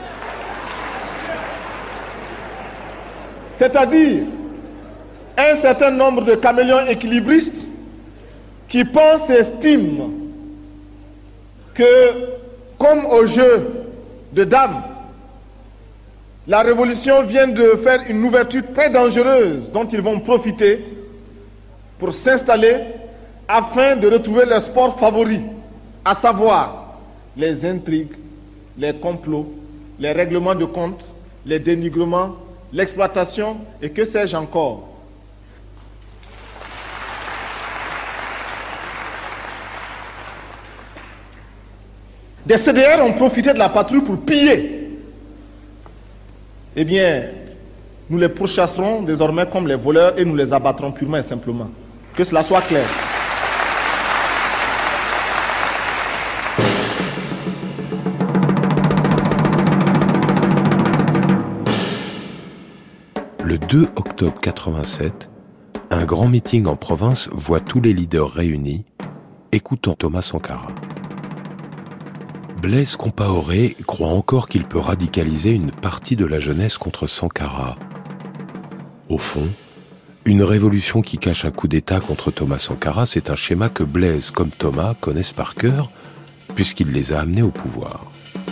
c'est-à-dire un certain nombre de caméléons équilibristes qui pensent et estiment que, comme au jeu de dames, la révolution vient de faire une ouverture très dangereuse dont ils vont profiter pour s'installer afin de retrouver leur sport favori, à savoir les intrigues, les complots, les règlements de compte, les dénigrements, l'exploitation et que sais-je encore. Des C D R ont profité de la patrouille pour piller. Eh bien, nous les pourchasserons désormais comme les voleurs et nous les abattrons purement et simplement. Que cela soit clair. Le deux octobre quatre-vingt-sept, un grand meeting en province voit tous les leaders réunis, écoutant Thomas Sankara. Blaise Compaoré croit encore qu'il peut radicaliser une partie de la jeunesse contre Sankara. Au fond, une révolution qui cache un coup d'État contre Thomas Sankara, c'est un schéma que Blaise comme Thomas connaissent par cœur, puisqu'il les a amenés au pouvoir.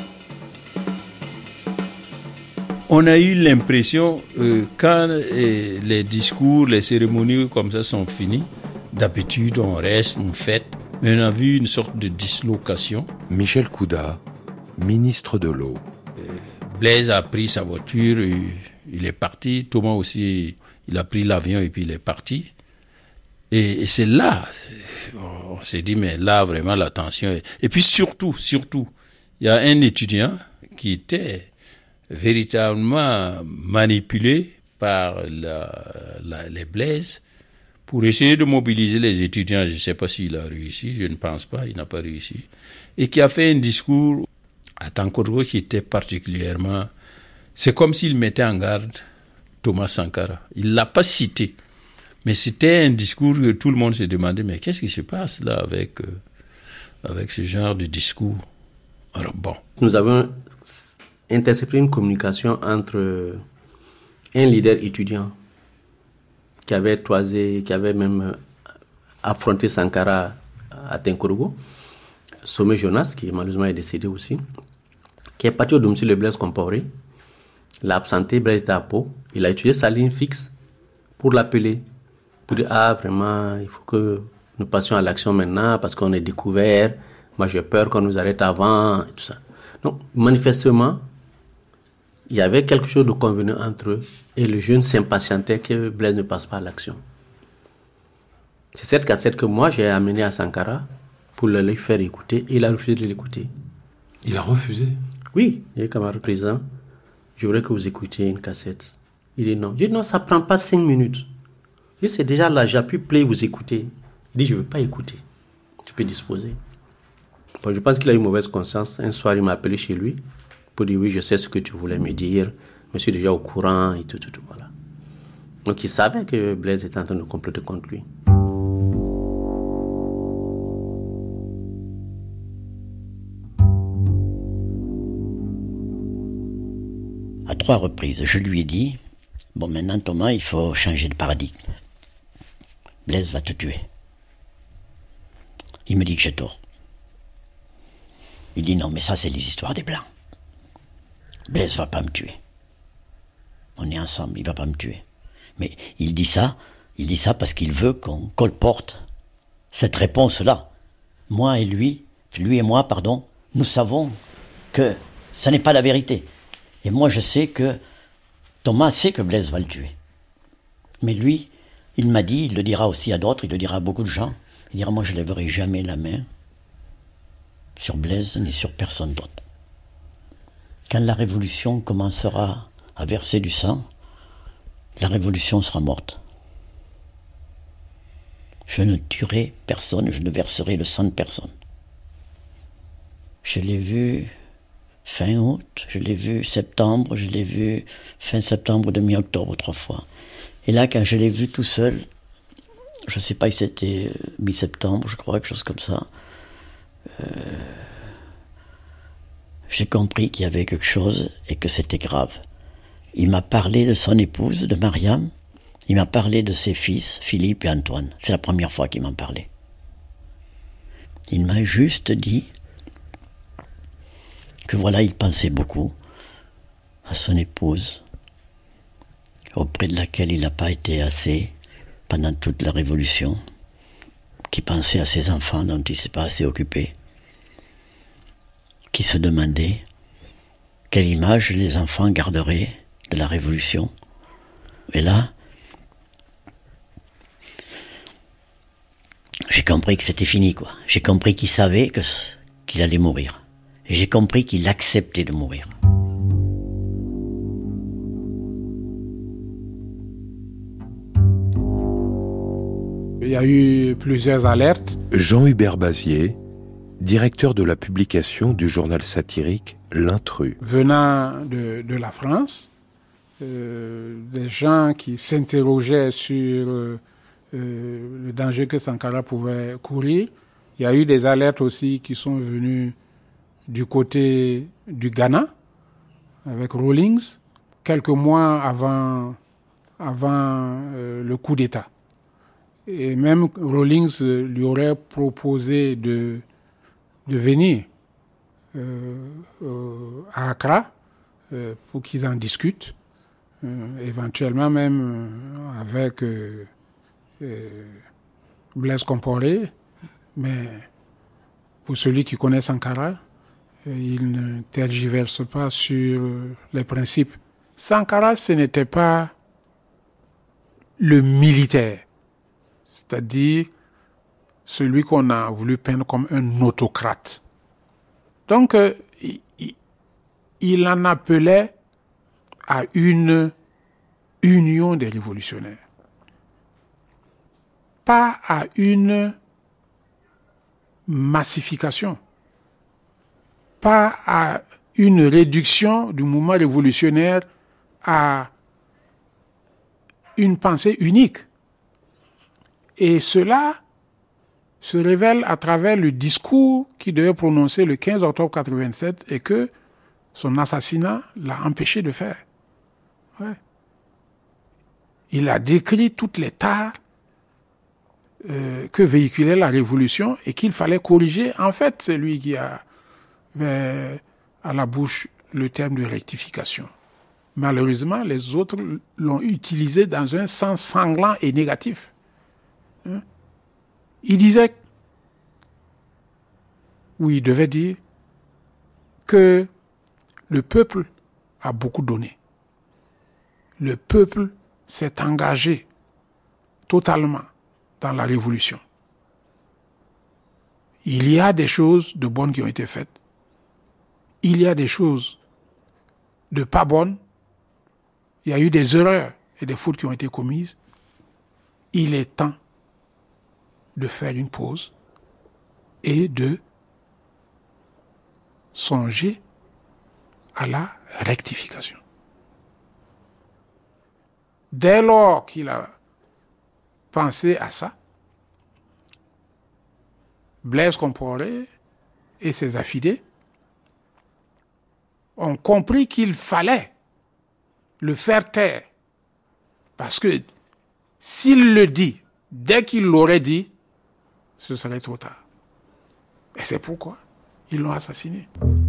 On a eu l'impression, euh, quand euh, les discours, les cérémonies comme ça sont finis, d'habitude on reste, on fête, mais on a vu une sorte de dislocation. Michel Kouda, ministre de l'eau. Euh, Blaise a pris sa voiture, il, il est parti. Thomas aussi, il a pris l'avion et puis il est parti. Et, et c'est là, c'est, on s'est dit, mais là vraiment la tension est... Et puis surtout, surtout, il y a un étudiant qui était véritablement manipulé par la, la, les Blaise pour essayer de mobiliser les étudiants. Je ne sais pas s'il a réussi, je ne pense pas, il n'a pas réussi. Et qui a fait un discours à Tankourou qui était particulièrement... C'est comme s'il mettait en garde Thomas Sankara. Il ne l'a pas cité, mais c'était un discours que tout le monde se demandait, mais qu'est-ce qui se passe là avec, euh, avec ce genre de discours? Alors bon. Nous avons intercepté une communication entre un leader étudiant qui avait toisé, qui avait même affronté Sankara à Tinkourou, Sommet Jonas, qui malheureusement est décédé aussi, qui est parti au domicile de Blaise Compaoré, l'a absenté, Blaise était à Pau, il a utilisé sa ligne fixe pour l'appeler, pour dire « Ah, vraiment, il faut que nous passions à l'action maintenant parce qu'on est découvert, moi j'ai peur qu'on nous arrête avant, et tout ça. » Donc, manifestement, il y avait quelque chose de convenu entre eux et le jeune s'impatientait que Blaise ne passe pas à l'action. C'est cette cassette que moi j'ai amenée à Sankara pour le lui faire écouter et il a refusé de l'écouter. Il a refusé? Oui, il est camarade président. Je voudrais que vous écoutiez une cassette. Il dit non. Je dis non, ça ne prend pas cinq minutes. Je dis c'est déjà là, j'appuie play, vous écoutez. Il dit je ne veux pas écouter. Tu peux disposer. Bon, je pense qu'il a eu mauvaise conscience. Un soir, il m'a appelé chez lui pour dire oui, je sais ce que tu voulais me dire. Je suis déjà au courant et tout, tout, tout. Voilà. Donc il savait que Blaise était en train de comploter contre lui. À trois reprises, je lui ai dit, bon maintenant Thomas, il faut changer de paradigme. Blaise va te tuer. Il me dit que j'ai tort. Il dit non, mais ça c'est les histoires des Blancs. Blaise va pas me tuer. On est ensemble, il va pas me tuer. Mais il dit ça, il dit ça parce qu'il veut qu'on colporte cette réponse-là. Moi et lui, lui et moi, pardon, nous savons que ça n'est pas la vérité. Et moi je sais que Thomas sait que Blaise va le tuer. Mais lui, il m'a dit, il le dira aussi à d'autres, il le dira à beaucoup de gens, il dira moi je ne lèverai jamais la main sur Blaise ni sur personne d'autre. Quand la révolution commencera à verser du sang, la révolution sera morte. Je ne tuerai personne, je ne verserai le sang de personne. Je l'ai vu fin août, je l'ai vu septembre, je l'ai vu fin septembre, demi-octobre, trois fois. Et là, quand je l'ai vu tout seul, je ne sais pas si c'était mi-septembre, je crois, quelque chose comme ça, euh, j'ai compris qu'il y avait quelque chose et que c'était grave. Il m'a parlé de son épouse, de Mariam. Il m'a parlé de ses fils, Philippe et Antoine. C'est la première fois qu'il m'en parlait. Il m'a juste dit que voilà, il pensait beaucoup à son épouse, auprès de laquelle il n'a pas été assez pendant toute la Révolution, qui pensait à ses enfants dont il ne s'est pas assez occupé, qui se demandait quelle image les enfants garderaient de la Révolution. Et là, j'ai compris que c'était fini, quoi. J'ai compris qu'il savait que, qu'il allait mourir. Et j'ai compris qu'il acceptait de mourir. Il y a eu plusieurs alertes. Jean-Hubert Bazier, directeur de la publication du journal satirique L'Intrus. Venant de, de la France, euh, des gens qui s'interrogeaient sur euh, euh, le danger que Sankara pouvait courir. Il y a eu des alertes aussi qui sont venues du côté du Ghana, avec Rawlings, quelques mois avant, avant euh, le coup d'État. Et même Rawlings lui aurait proposé de, de venir euh, euh, à Accra euh, pour qu'ils en discutent, euh, éventuellement même euh, avec euh, euh, Blaise Compaoré. Mais pour celui qui connaît Sankara, euh, il ne tergiverse pas sur euh, les principes. Sankara, ce n'était pas le militaire, c'est-à-dire celui qu'on a voulu peindre comme un autocrate. Donc, euh, il, il en appelait à une union des révolutionnaires, pas à une massification, pas à une réduction du mouvement révolutionnaire à une pensée unique. Et cela se révèle à travers le discours qu'il devait prononcer le quinze octobre quatre-vingt-sept et que son assassinat l'a empêché de faire. Ouais. Il a décrit toutes les tares euh, que véhiculait la Révolution et qu'il fallait corriger. En fait, c'est lui qui a euh, à la bouche le terme de rectification. Malheureusement, les autres l'ont utilisé dans un sens sanglant et négatif. Hein? Il disait, ou il devait dire, que le peuple a beaucoup donné. Le peuple s'est engagé totalement dans la révolution. Il y a des choses de bonnes qui ont été faites. Il y a des choses de pas bonnes. Il y a eu des erreurs et des fautes qui ont été commises. Il est temps de faire une pause et de songer à la rectification. Dès lors qu'il a pensé à ça, Blaise Compaoré et ses affidés ont compris qu'il fallait le faire taire. Parce que s'il le dit, dès qu'il l'aurait dit, ce serait trop tard. Et c'est pourquoi ils l'ont assassiné.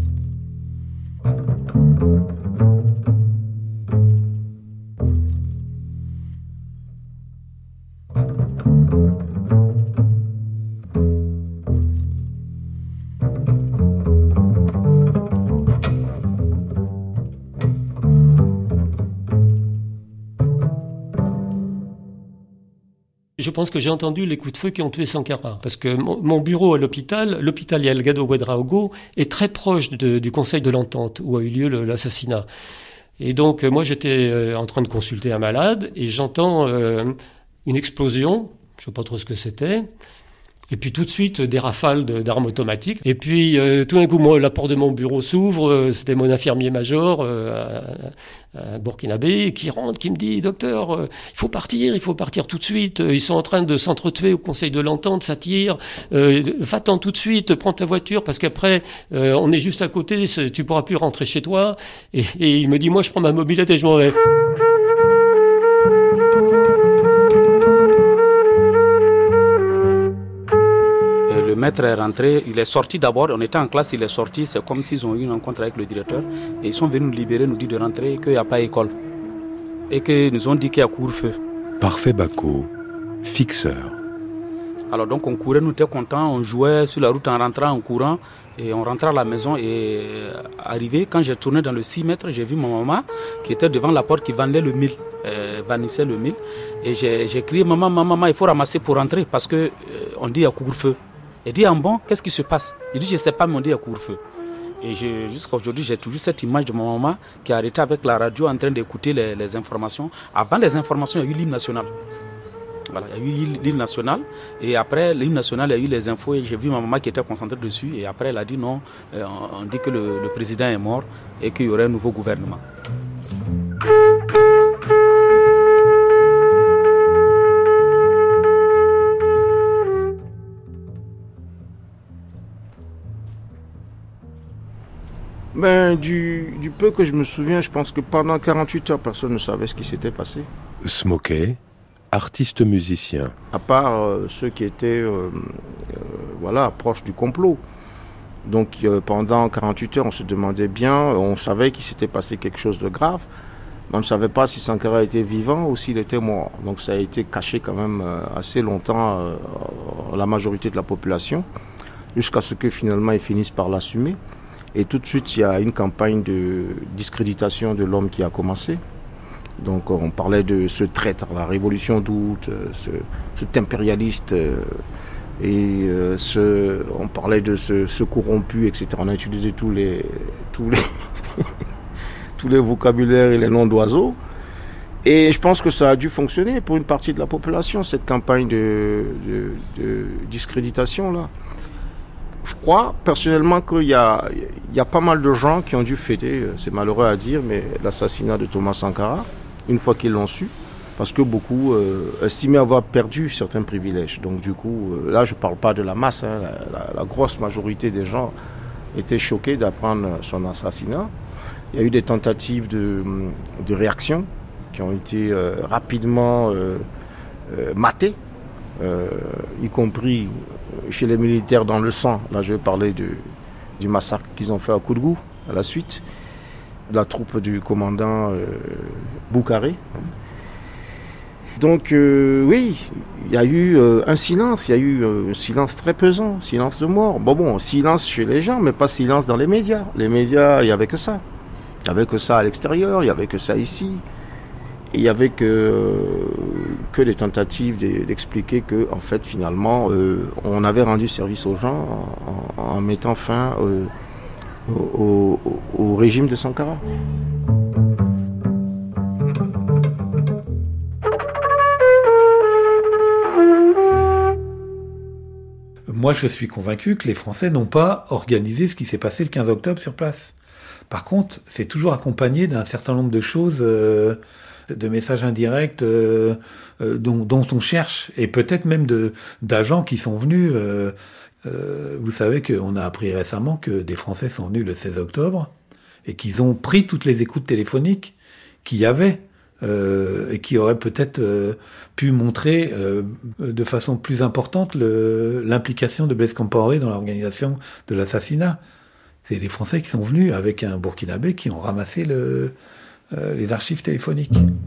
Je pense que j'ai entendu les coups de feu qui ont tué Sankara. Parce que mon, mon bureau à l'hôpital, l'hôpital Yalgado Ouedraogo, est très proche de, du Conseil de l'Entente, où a eu lieu le, l'assassinat. Et donc, moi, j'étais euh, en train de consulter un malade, et j'entends euh, une explosion, je ne sais pas trop ce que c'était, Et puis tout de suite, des rafales de, d'armes automatiques. Et puis euh, tout d'un coup, moi, la porte de mon bureau s'ouvre. Euh, c'était mon infirmier-major, euh, un, un Burkinabé, qui rentre, qui me dit « Docteur, euh, il faut partir, il faut partir tout de suite. Ils sont en train de s'entretuer au Conseil de l'Entente, ça tire. Euh, va-t'en tout de suite, prends ta voiture, parce qu'après, euh, on est juste à côté, tu pourras plus rentrer chez toi. » et, et il me dit « Moi, je prends ma mobilette et je m'en vais. » Le maître est rentré, il est sorti d'abord, on était en classe, il est sorti, c'est comme s'ils ont eu une rencontre avec le directeur et ils sont venus nous libérer, nous dire de rentrer, qu'il n'y a pas école et qu'ils nous ont dit qu'il y a couvre-feu. Parfait Bako, fixeur. Alors donc on courait, nous étions contents, on jouait sur la route en rentrant, en courant et on rentrait à la maison et arrivé, quand j'ai tourné dans le six mètres, j'ai vu ma maman qui était devant la porte qui vendait le mil, euh, vanissait le mil et j'ai, j'ai crié maman, maman, maman, il faut ramasser pour rentrer parce qu'on euh, dit qu'il y a couvre-feu. Elle dit, ah bon, qu'est-ce qui se passe? Il dit, je ne sais pas, mais on dit, il y a couvre-feu. Et je, jusqu'à aujourd'hui, j'ai toujours cette image de ma maman qui a arrêté avec la radio en train d'écouter les, les informations. Avant les informations, il y a eu l'hymne national. Voilà, il y a eu l'hymne national. Et après l'hymne national, il y a eu les infos. Et j'ai vu ma maman qui était concentrée dessus. Et après, elle a dit, non, euh, on dit que le, le président est mort et qu'il y aurait un nouveau gouvernement. Ben, du, du peu que je me souviens, je pense que pendant quarante-huit heures, personne ne savait ce qui s'était passé. Smokey, artiste musicien. À part euh, ceux qui étaient euh, euh, voilà, proches du complot. Donc euh, pendant quarante-huit heures, on se demandait bien, on savait qu'il s'était passé quelque chose de grave, mais on ne savait pas si Sankara était vivant ou s'il était mort. Donc ça a été caché quand même euh, assez longtemps euh, à la majorité de la population, jusqu'à ce que finalement ils finissent par l'assumer. Et tout de suite, il y a une campagne de discréditation de l'homme qui a commencé. Donc on parlait de ce traître, la révolution d'août, ce, cet impérialiste, euh, et euh, ce, on parlait de ce, ce corrompu, et cetera. On a utilisé tous les, tous les, tous les vocabulaires et les noms d'oiseaux. Et je pense que ça a dû fonctionner pour une partie de la population, cette campagne de, de, de discréditation-là. Je crois personnellement qu'il y a, il y a pas mal de gens qui ont dû fêter, c'est malheureux à dire, mais l'assassinat de Thomas Sankara, une fois qu'ils l'ont su, parce que beaucoup euh, estimaient avoir perdu certains privilèges. Donc du coup, euh, là je ne parle pas de la masse, hein, la, la, la grosse majorité des gens étaient choqués d'apprendre son assassinat. Il y a eu des tentatives de, de réaction qui ont été euh, rapidement euh, euh, matées. Euh, y compris chez les militaires dans le sang. Là, je vais parler de, du massacre qu'ils ont fait à Kourgou, à la suite, la troupe du commandant euh, Boukaré. Donc, euh, oui, il y a eu euh, un silence, il y a eu euh, un silence très pesant, silence de mort. Bon, bon, silence chez les gens, mais pas silence dans les médias. Les médias, il n'y avait que ça. Il n'y avait que ça à l'extérieur, il n'y avait que ça ici. Il n'y avait que, que des tentatives d'expliquer que, en fait, finalement, euh, on avait rendu service aux gens en, en mettant fin euh, au, au, au régime de Sankara. Moi, je suis convaincu que les Français n'ont pas organisé ce qui s'est passé le quinze octobre sur place. Par contre, c'est toujours accompagné d'un certain nombre de choses... Euh, de messages indirects euh, euh, dont, dont on cherche, et peut-être même de, d'agents qui sont venus. Euh, euh, vous savez qu'on a appris récemment que des Français sont venus le seize octobre et qu'ils ont pris toutes les écoutes téléphoniques qu'il y avait euh, et qui auraient peut-être euh, pu montrer euh, de façon plus importante le, l'implication de Blaise Compaoré dans l'organisation de l'assassinat. C'est des Français qui sont venus avec un Burkinabé qui ont ramassé le... Euh, les archives téléphoniques.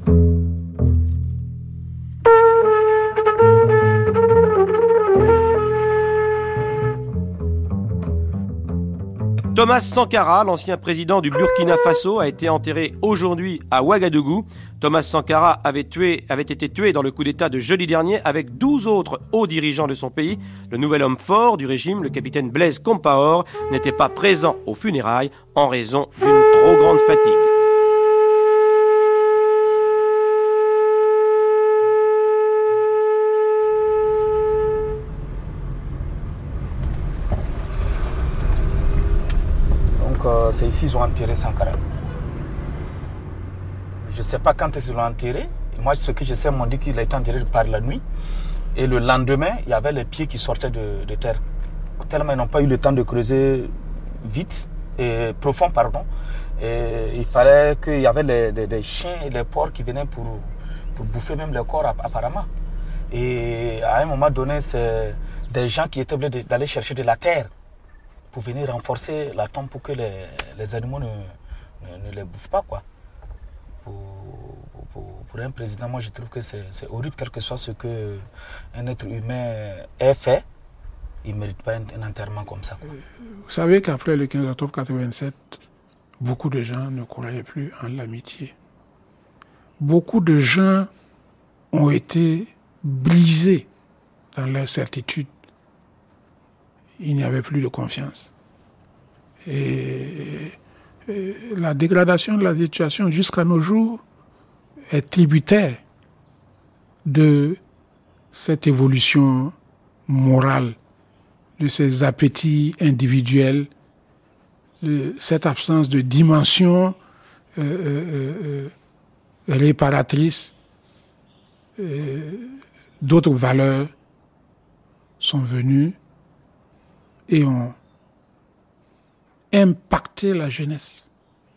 Thomas Sankara, l'ancien président du Burkina Faso, a été enterré aujourd'hui à Ouagadougou. Thomas Sankara avait, tué, avait été tué dans le coup d'État de jeudi dernier avec douze autres hauts dirigeants de son pays. Le nouvel homme fort du régime, le capitaine Blaise Compaoré, n'était pas présent aux funérailles en raison d'une trop grande fatigue. euh, c'est ici qu'ils ont enterré Sankara. Je ne sais pas quand ils l'ont enterré. Moi, ce que je sais, m'ont dit qu'il a été enterré par la nuit. Et le lendemain, il y avait les pieds qui sortaient de, de terre. Tellement ils n'ont pas eu le temps de creuser vite, et profond, pardon. Et il fallait qu'il y avait les, des, des chiens et des porcs qui venaient pour, pour bouffer même le corps apparemment. Et à un moment donné, c'est des gens qui étaient obligés d'aller chercher de la terre pour venir renforcer la tombe pour que les, les animaux ne, ne, ne les bouffent pas, quoi. Pour, pour, pour un président, moi je trouve que c'est, c'est horrible, quel que soit ce qu'un être humain ait fait, il ne mérite pas un, un enterrement comme ça, quoi. Vous savez qu'après le quinze octobre quatre-vingt-sept, beaucoup de gens ne croyaient plus en l'amitié. Beaucoup de gens ont été brisés dans leur certitude. Il n'y avait plus de confiance. Et, et la dégradation de la situation jusqu'à nos jours est tributaire de cette évolution morale, de ces appétits individuels, de cette absence de dimension euh, euh, euh, réparatrice. Euh, d'autres valeurs sont venues et ont impacté la jeunesse.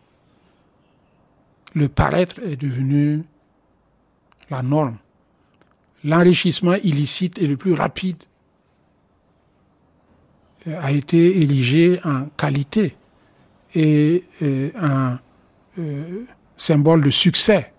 Le paraître est devenu la norme. L'enrichissement illicite et le plus rapide a été érigé en qualité et euh, un euh, symbole de succès.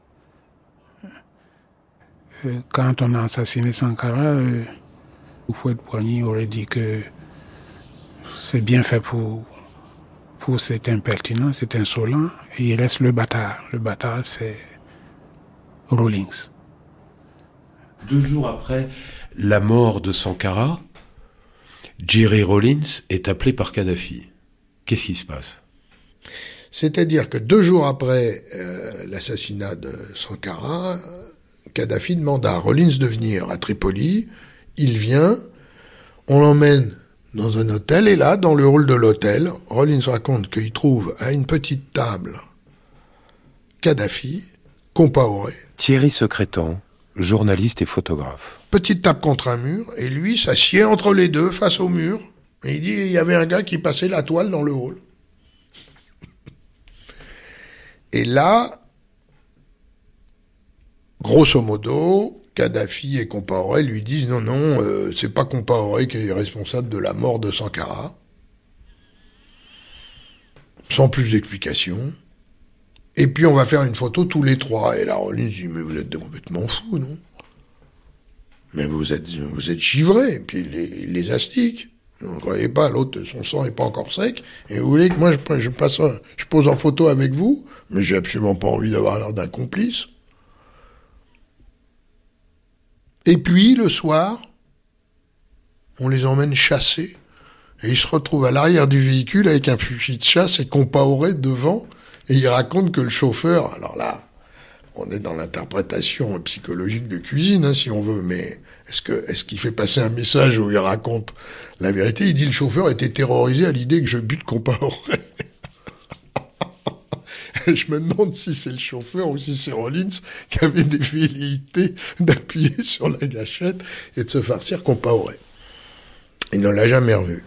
Euh, quand on a assassiné Sankara, euh, Houphouët-Boigny aurait dit que c'est bien fait pour, pour cet impertinent, cet insolent, et il reste le bâtard. Le bâtard, c'est Rawlings. Deux jours après la mort de Sankara, Jerry Rawlings est appelé par Kadhafi. Qu'est-ce qui se passe ? C'est-à-dire que deux jours après euh, l'assassinat de Sankara, Kadhafi demande à Rawlings de venir à Tripoli. Il vient, on l'emmène dans un hôtel, et là, dans le hall de l'hôtel, Rawlings raconte qu'il trouve à une petite table Kadhafi, Compaoré. Thierry Secrétan, journaliste et photographe. Petite table contre un mur, et lui s'assied entre les deux, face au mur, et il dit il y avait un gars qui passait la toile dans le hall. Et là, grosso modo, Kadhafi et Compaoré lui disent non, non, euh, c'est pas Compaoré qui est responsable de la mort de Sankara. Sans plus d'explications. Et puis on va faire une photo tous les trois. Et là, Rawlings dit mais vous êtes complètement fous, non ? Mais vous êtes, vous êtes givrés. Et puis les, les astiques. Vous ne croyez pas, l'autre, son sang n'est pas encore sec. Et vous voulez que moi, je, je, passe, je pose en photo avec vous, mais j'ai absolument pas envie d'avoir l'air d'un complice. Et puis, le soir, on les emmène chasser. Et ils se retrouvent à l'arrière du véhicule avec un fusil de chasse et Compaoré devant. Et ils racontent que le chauffeur, alors là, on est dans l'interprétation psychologique de cuisine, hein, si on veut, mais est-ce que, est-ce qu'il fait passer un message où il raconte la vérité ? Il dit le chauffeur était terrorisé à l'idée que je bute Compaoré. Je me demande si c'est le chauffeur ou si c'est Rawlings qui avait des velléités d'appuyer sur la gâchette et de se farcir Compaoré. Il ne l'a jamais revu.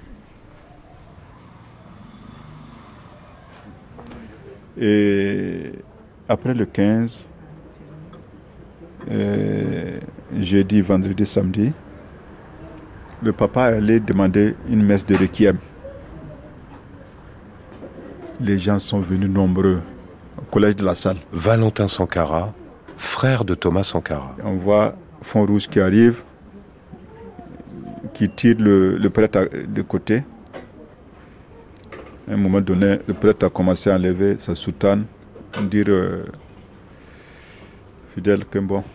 Et après le quinze, euh, jeudi, vendredi, samedi, le papa allait demander une messe de requiem. Les gens sont venus nombreux au collège de la Salle. Valentin Sankara, frère de Thomas Sankara. On voit Fond Rouge qui arrive, qui tire le, le prêtre de côté. À un moment donné, le prêtre a commencé à enlever sa soutane, dire euh, fidèle que bon,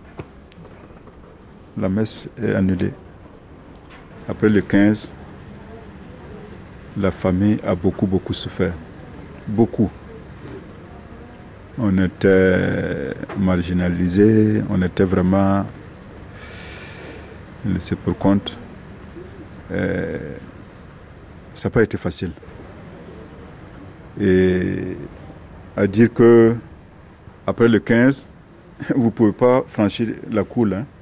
la messe est annulée. Après le quinze, la famille a beaucoup, beaucoup souffert. Beaucoup. On était marginalisés, on était vraiment laissés pour compte. Et ça n'a pas été facile. et à dire que après le quinze, vous ne pouvez pas franchir la cour. Hein.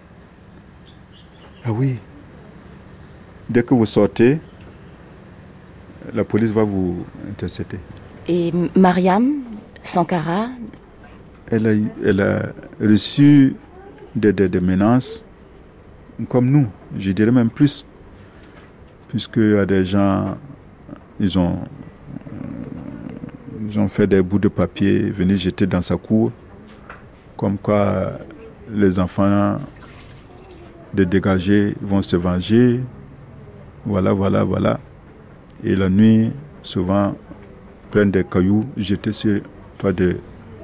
Ah oui. Dès que vous sortez, la police va vous intercepter. Et Mariam Sankara, elle a, elle a reçu des, des, des menaces comme nous, je dirais même plus. Puisqu'il y a des gens, ils ont, ils ont fait des bouts de papier, venir jeter dans sa cour, comme quoi les enfants de dégagés vont se venger. Voilà, voilà, voilà. Et la nuit, souvent, prennent des cailloux, jetés sur toi de...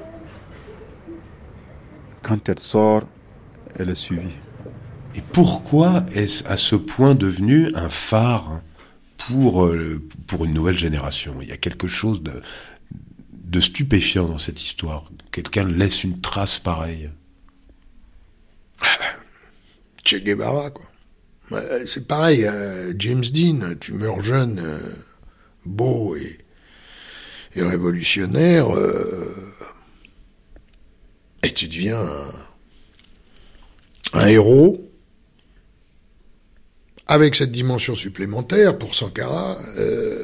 Quand elle sort, elle est suivie. Et pourquoi est-ce à ce point devenu un phare pour, euh, pour une nouvelle génération ? Il y a quelque chose de, de stupéfiant dans cette histoire. Quelqu'un laisse une trace pareille. Che Guevara, quoi. C'est pareil, euh, James Dean, tu meurs jeune, euh, beau et, et révolutionnaire, euh, et tu deviens un, un héros, avec cette dimension supplémentaire pour Sankara, euh,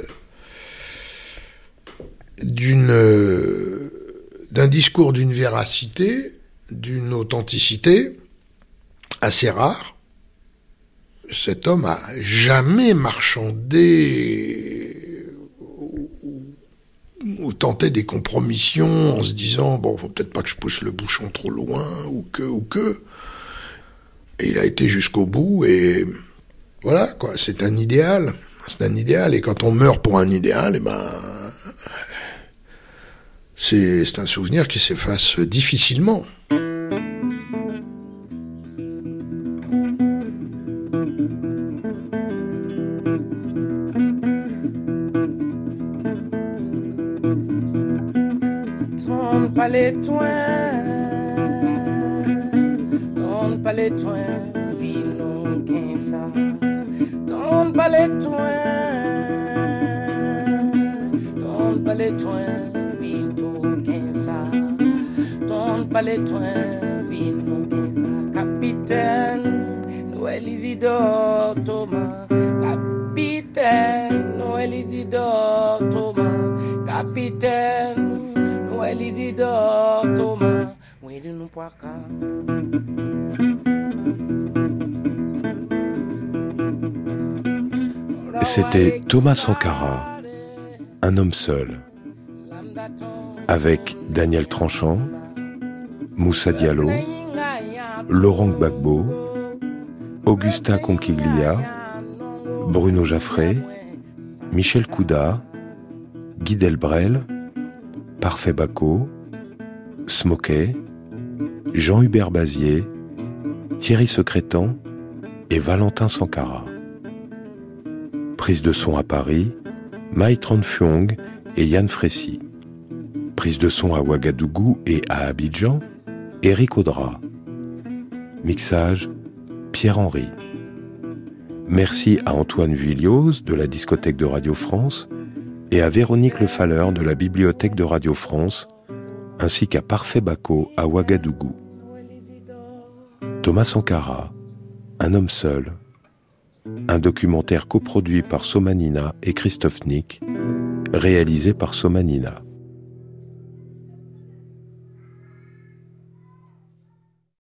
d'une, euh, d'un discours d'une véracité, d'une authenticité assez rare. Cet homme a jamais marchandé ou, ou tenté des compromissions en se disant bon, faut peut-être pas que je pousse le bouchon trop loin ou que ou que. Et il a été jusqu'au bout et voilà quoi. C'est un idéal, c'est un idéal et quand on meurt pour un idéal, et ben c'est c'est un souvenir qui s'efface difficilement. Pas les toins, ton pas les toins, vino quinza, ton pas les toins, ton pas les toins, vino quinza, ton pas les toins, vino quinza, capitaine, Noël Isidore Thomas, capitaine, Noël Isidore Thomas, capitaine. Isidore Thomas, oui de nous pas C'était Thomas Sankara, un homme seul, avec Daniel Tranchant, Moussa Diallo, Laurent Gbagbo, Augustin Conquiglia, Bruno Jaffré, Michel Kouda, Guy Delbrel, Parfait Bacot, Smoquet, Jean-Hubert Bazier, Thierry Secrétan et Valentin Sankara. Prise de son à Paris, Mai Tran Phuong et Yann Frécy. Prise de son à Ouagadougou et à Abidjan, Éric Audra. Mixage, Pierre-Henry. Merci à Antoine Vuillios de la discothèque de Radio France et à Véronique Le Falleur de la bibliothèque de Radio France, ainsi qu'à Parfait Bacot à Ouagadougou. Thomas Sankara, un homme seul, un documentaire coproduit par Somanina et Christophe Nick, réalisé par Somanina.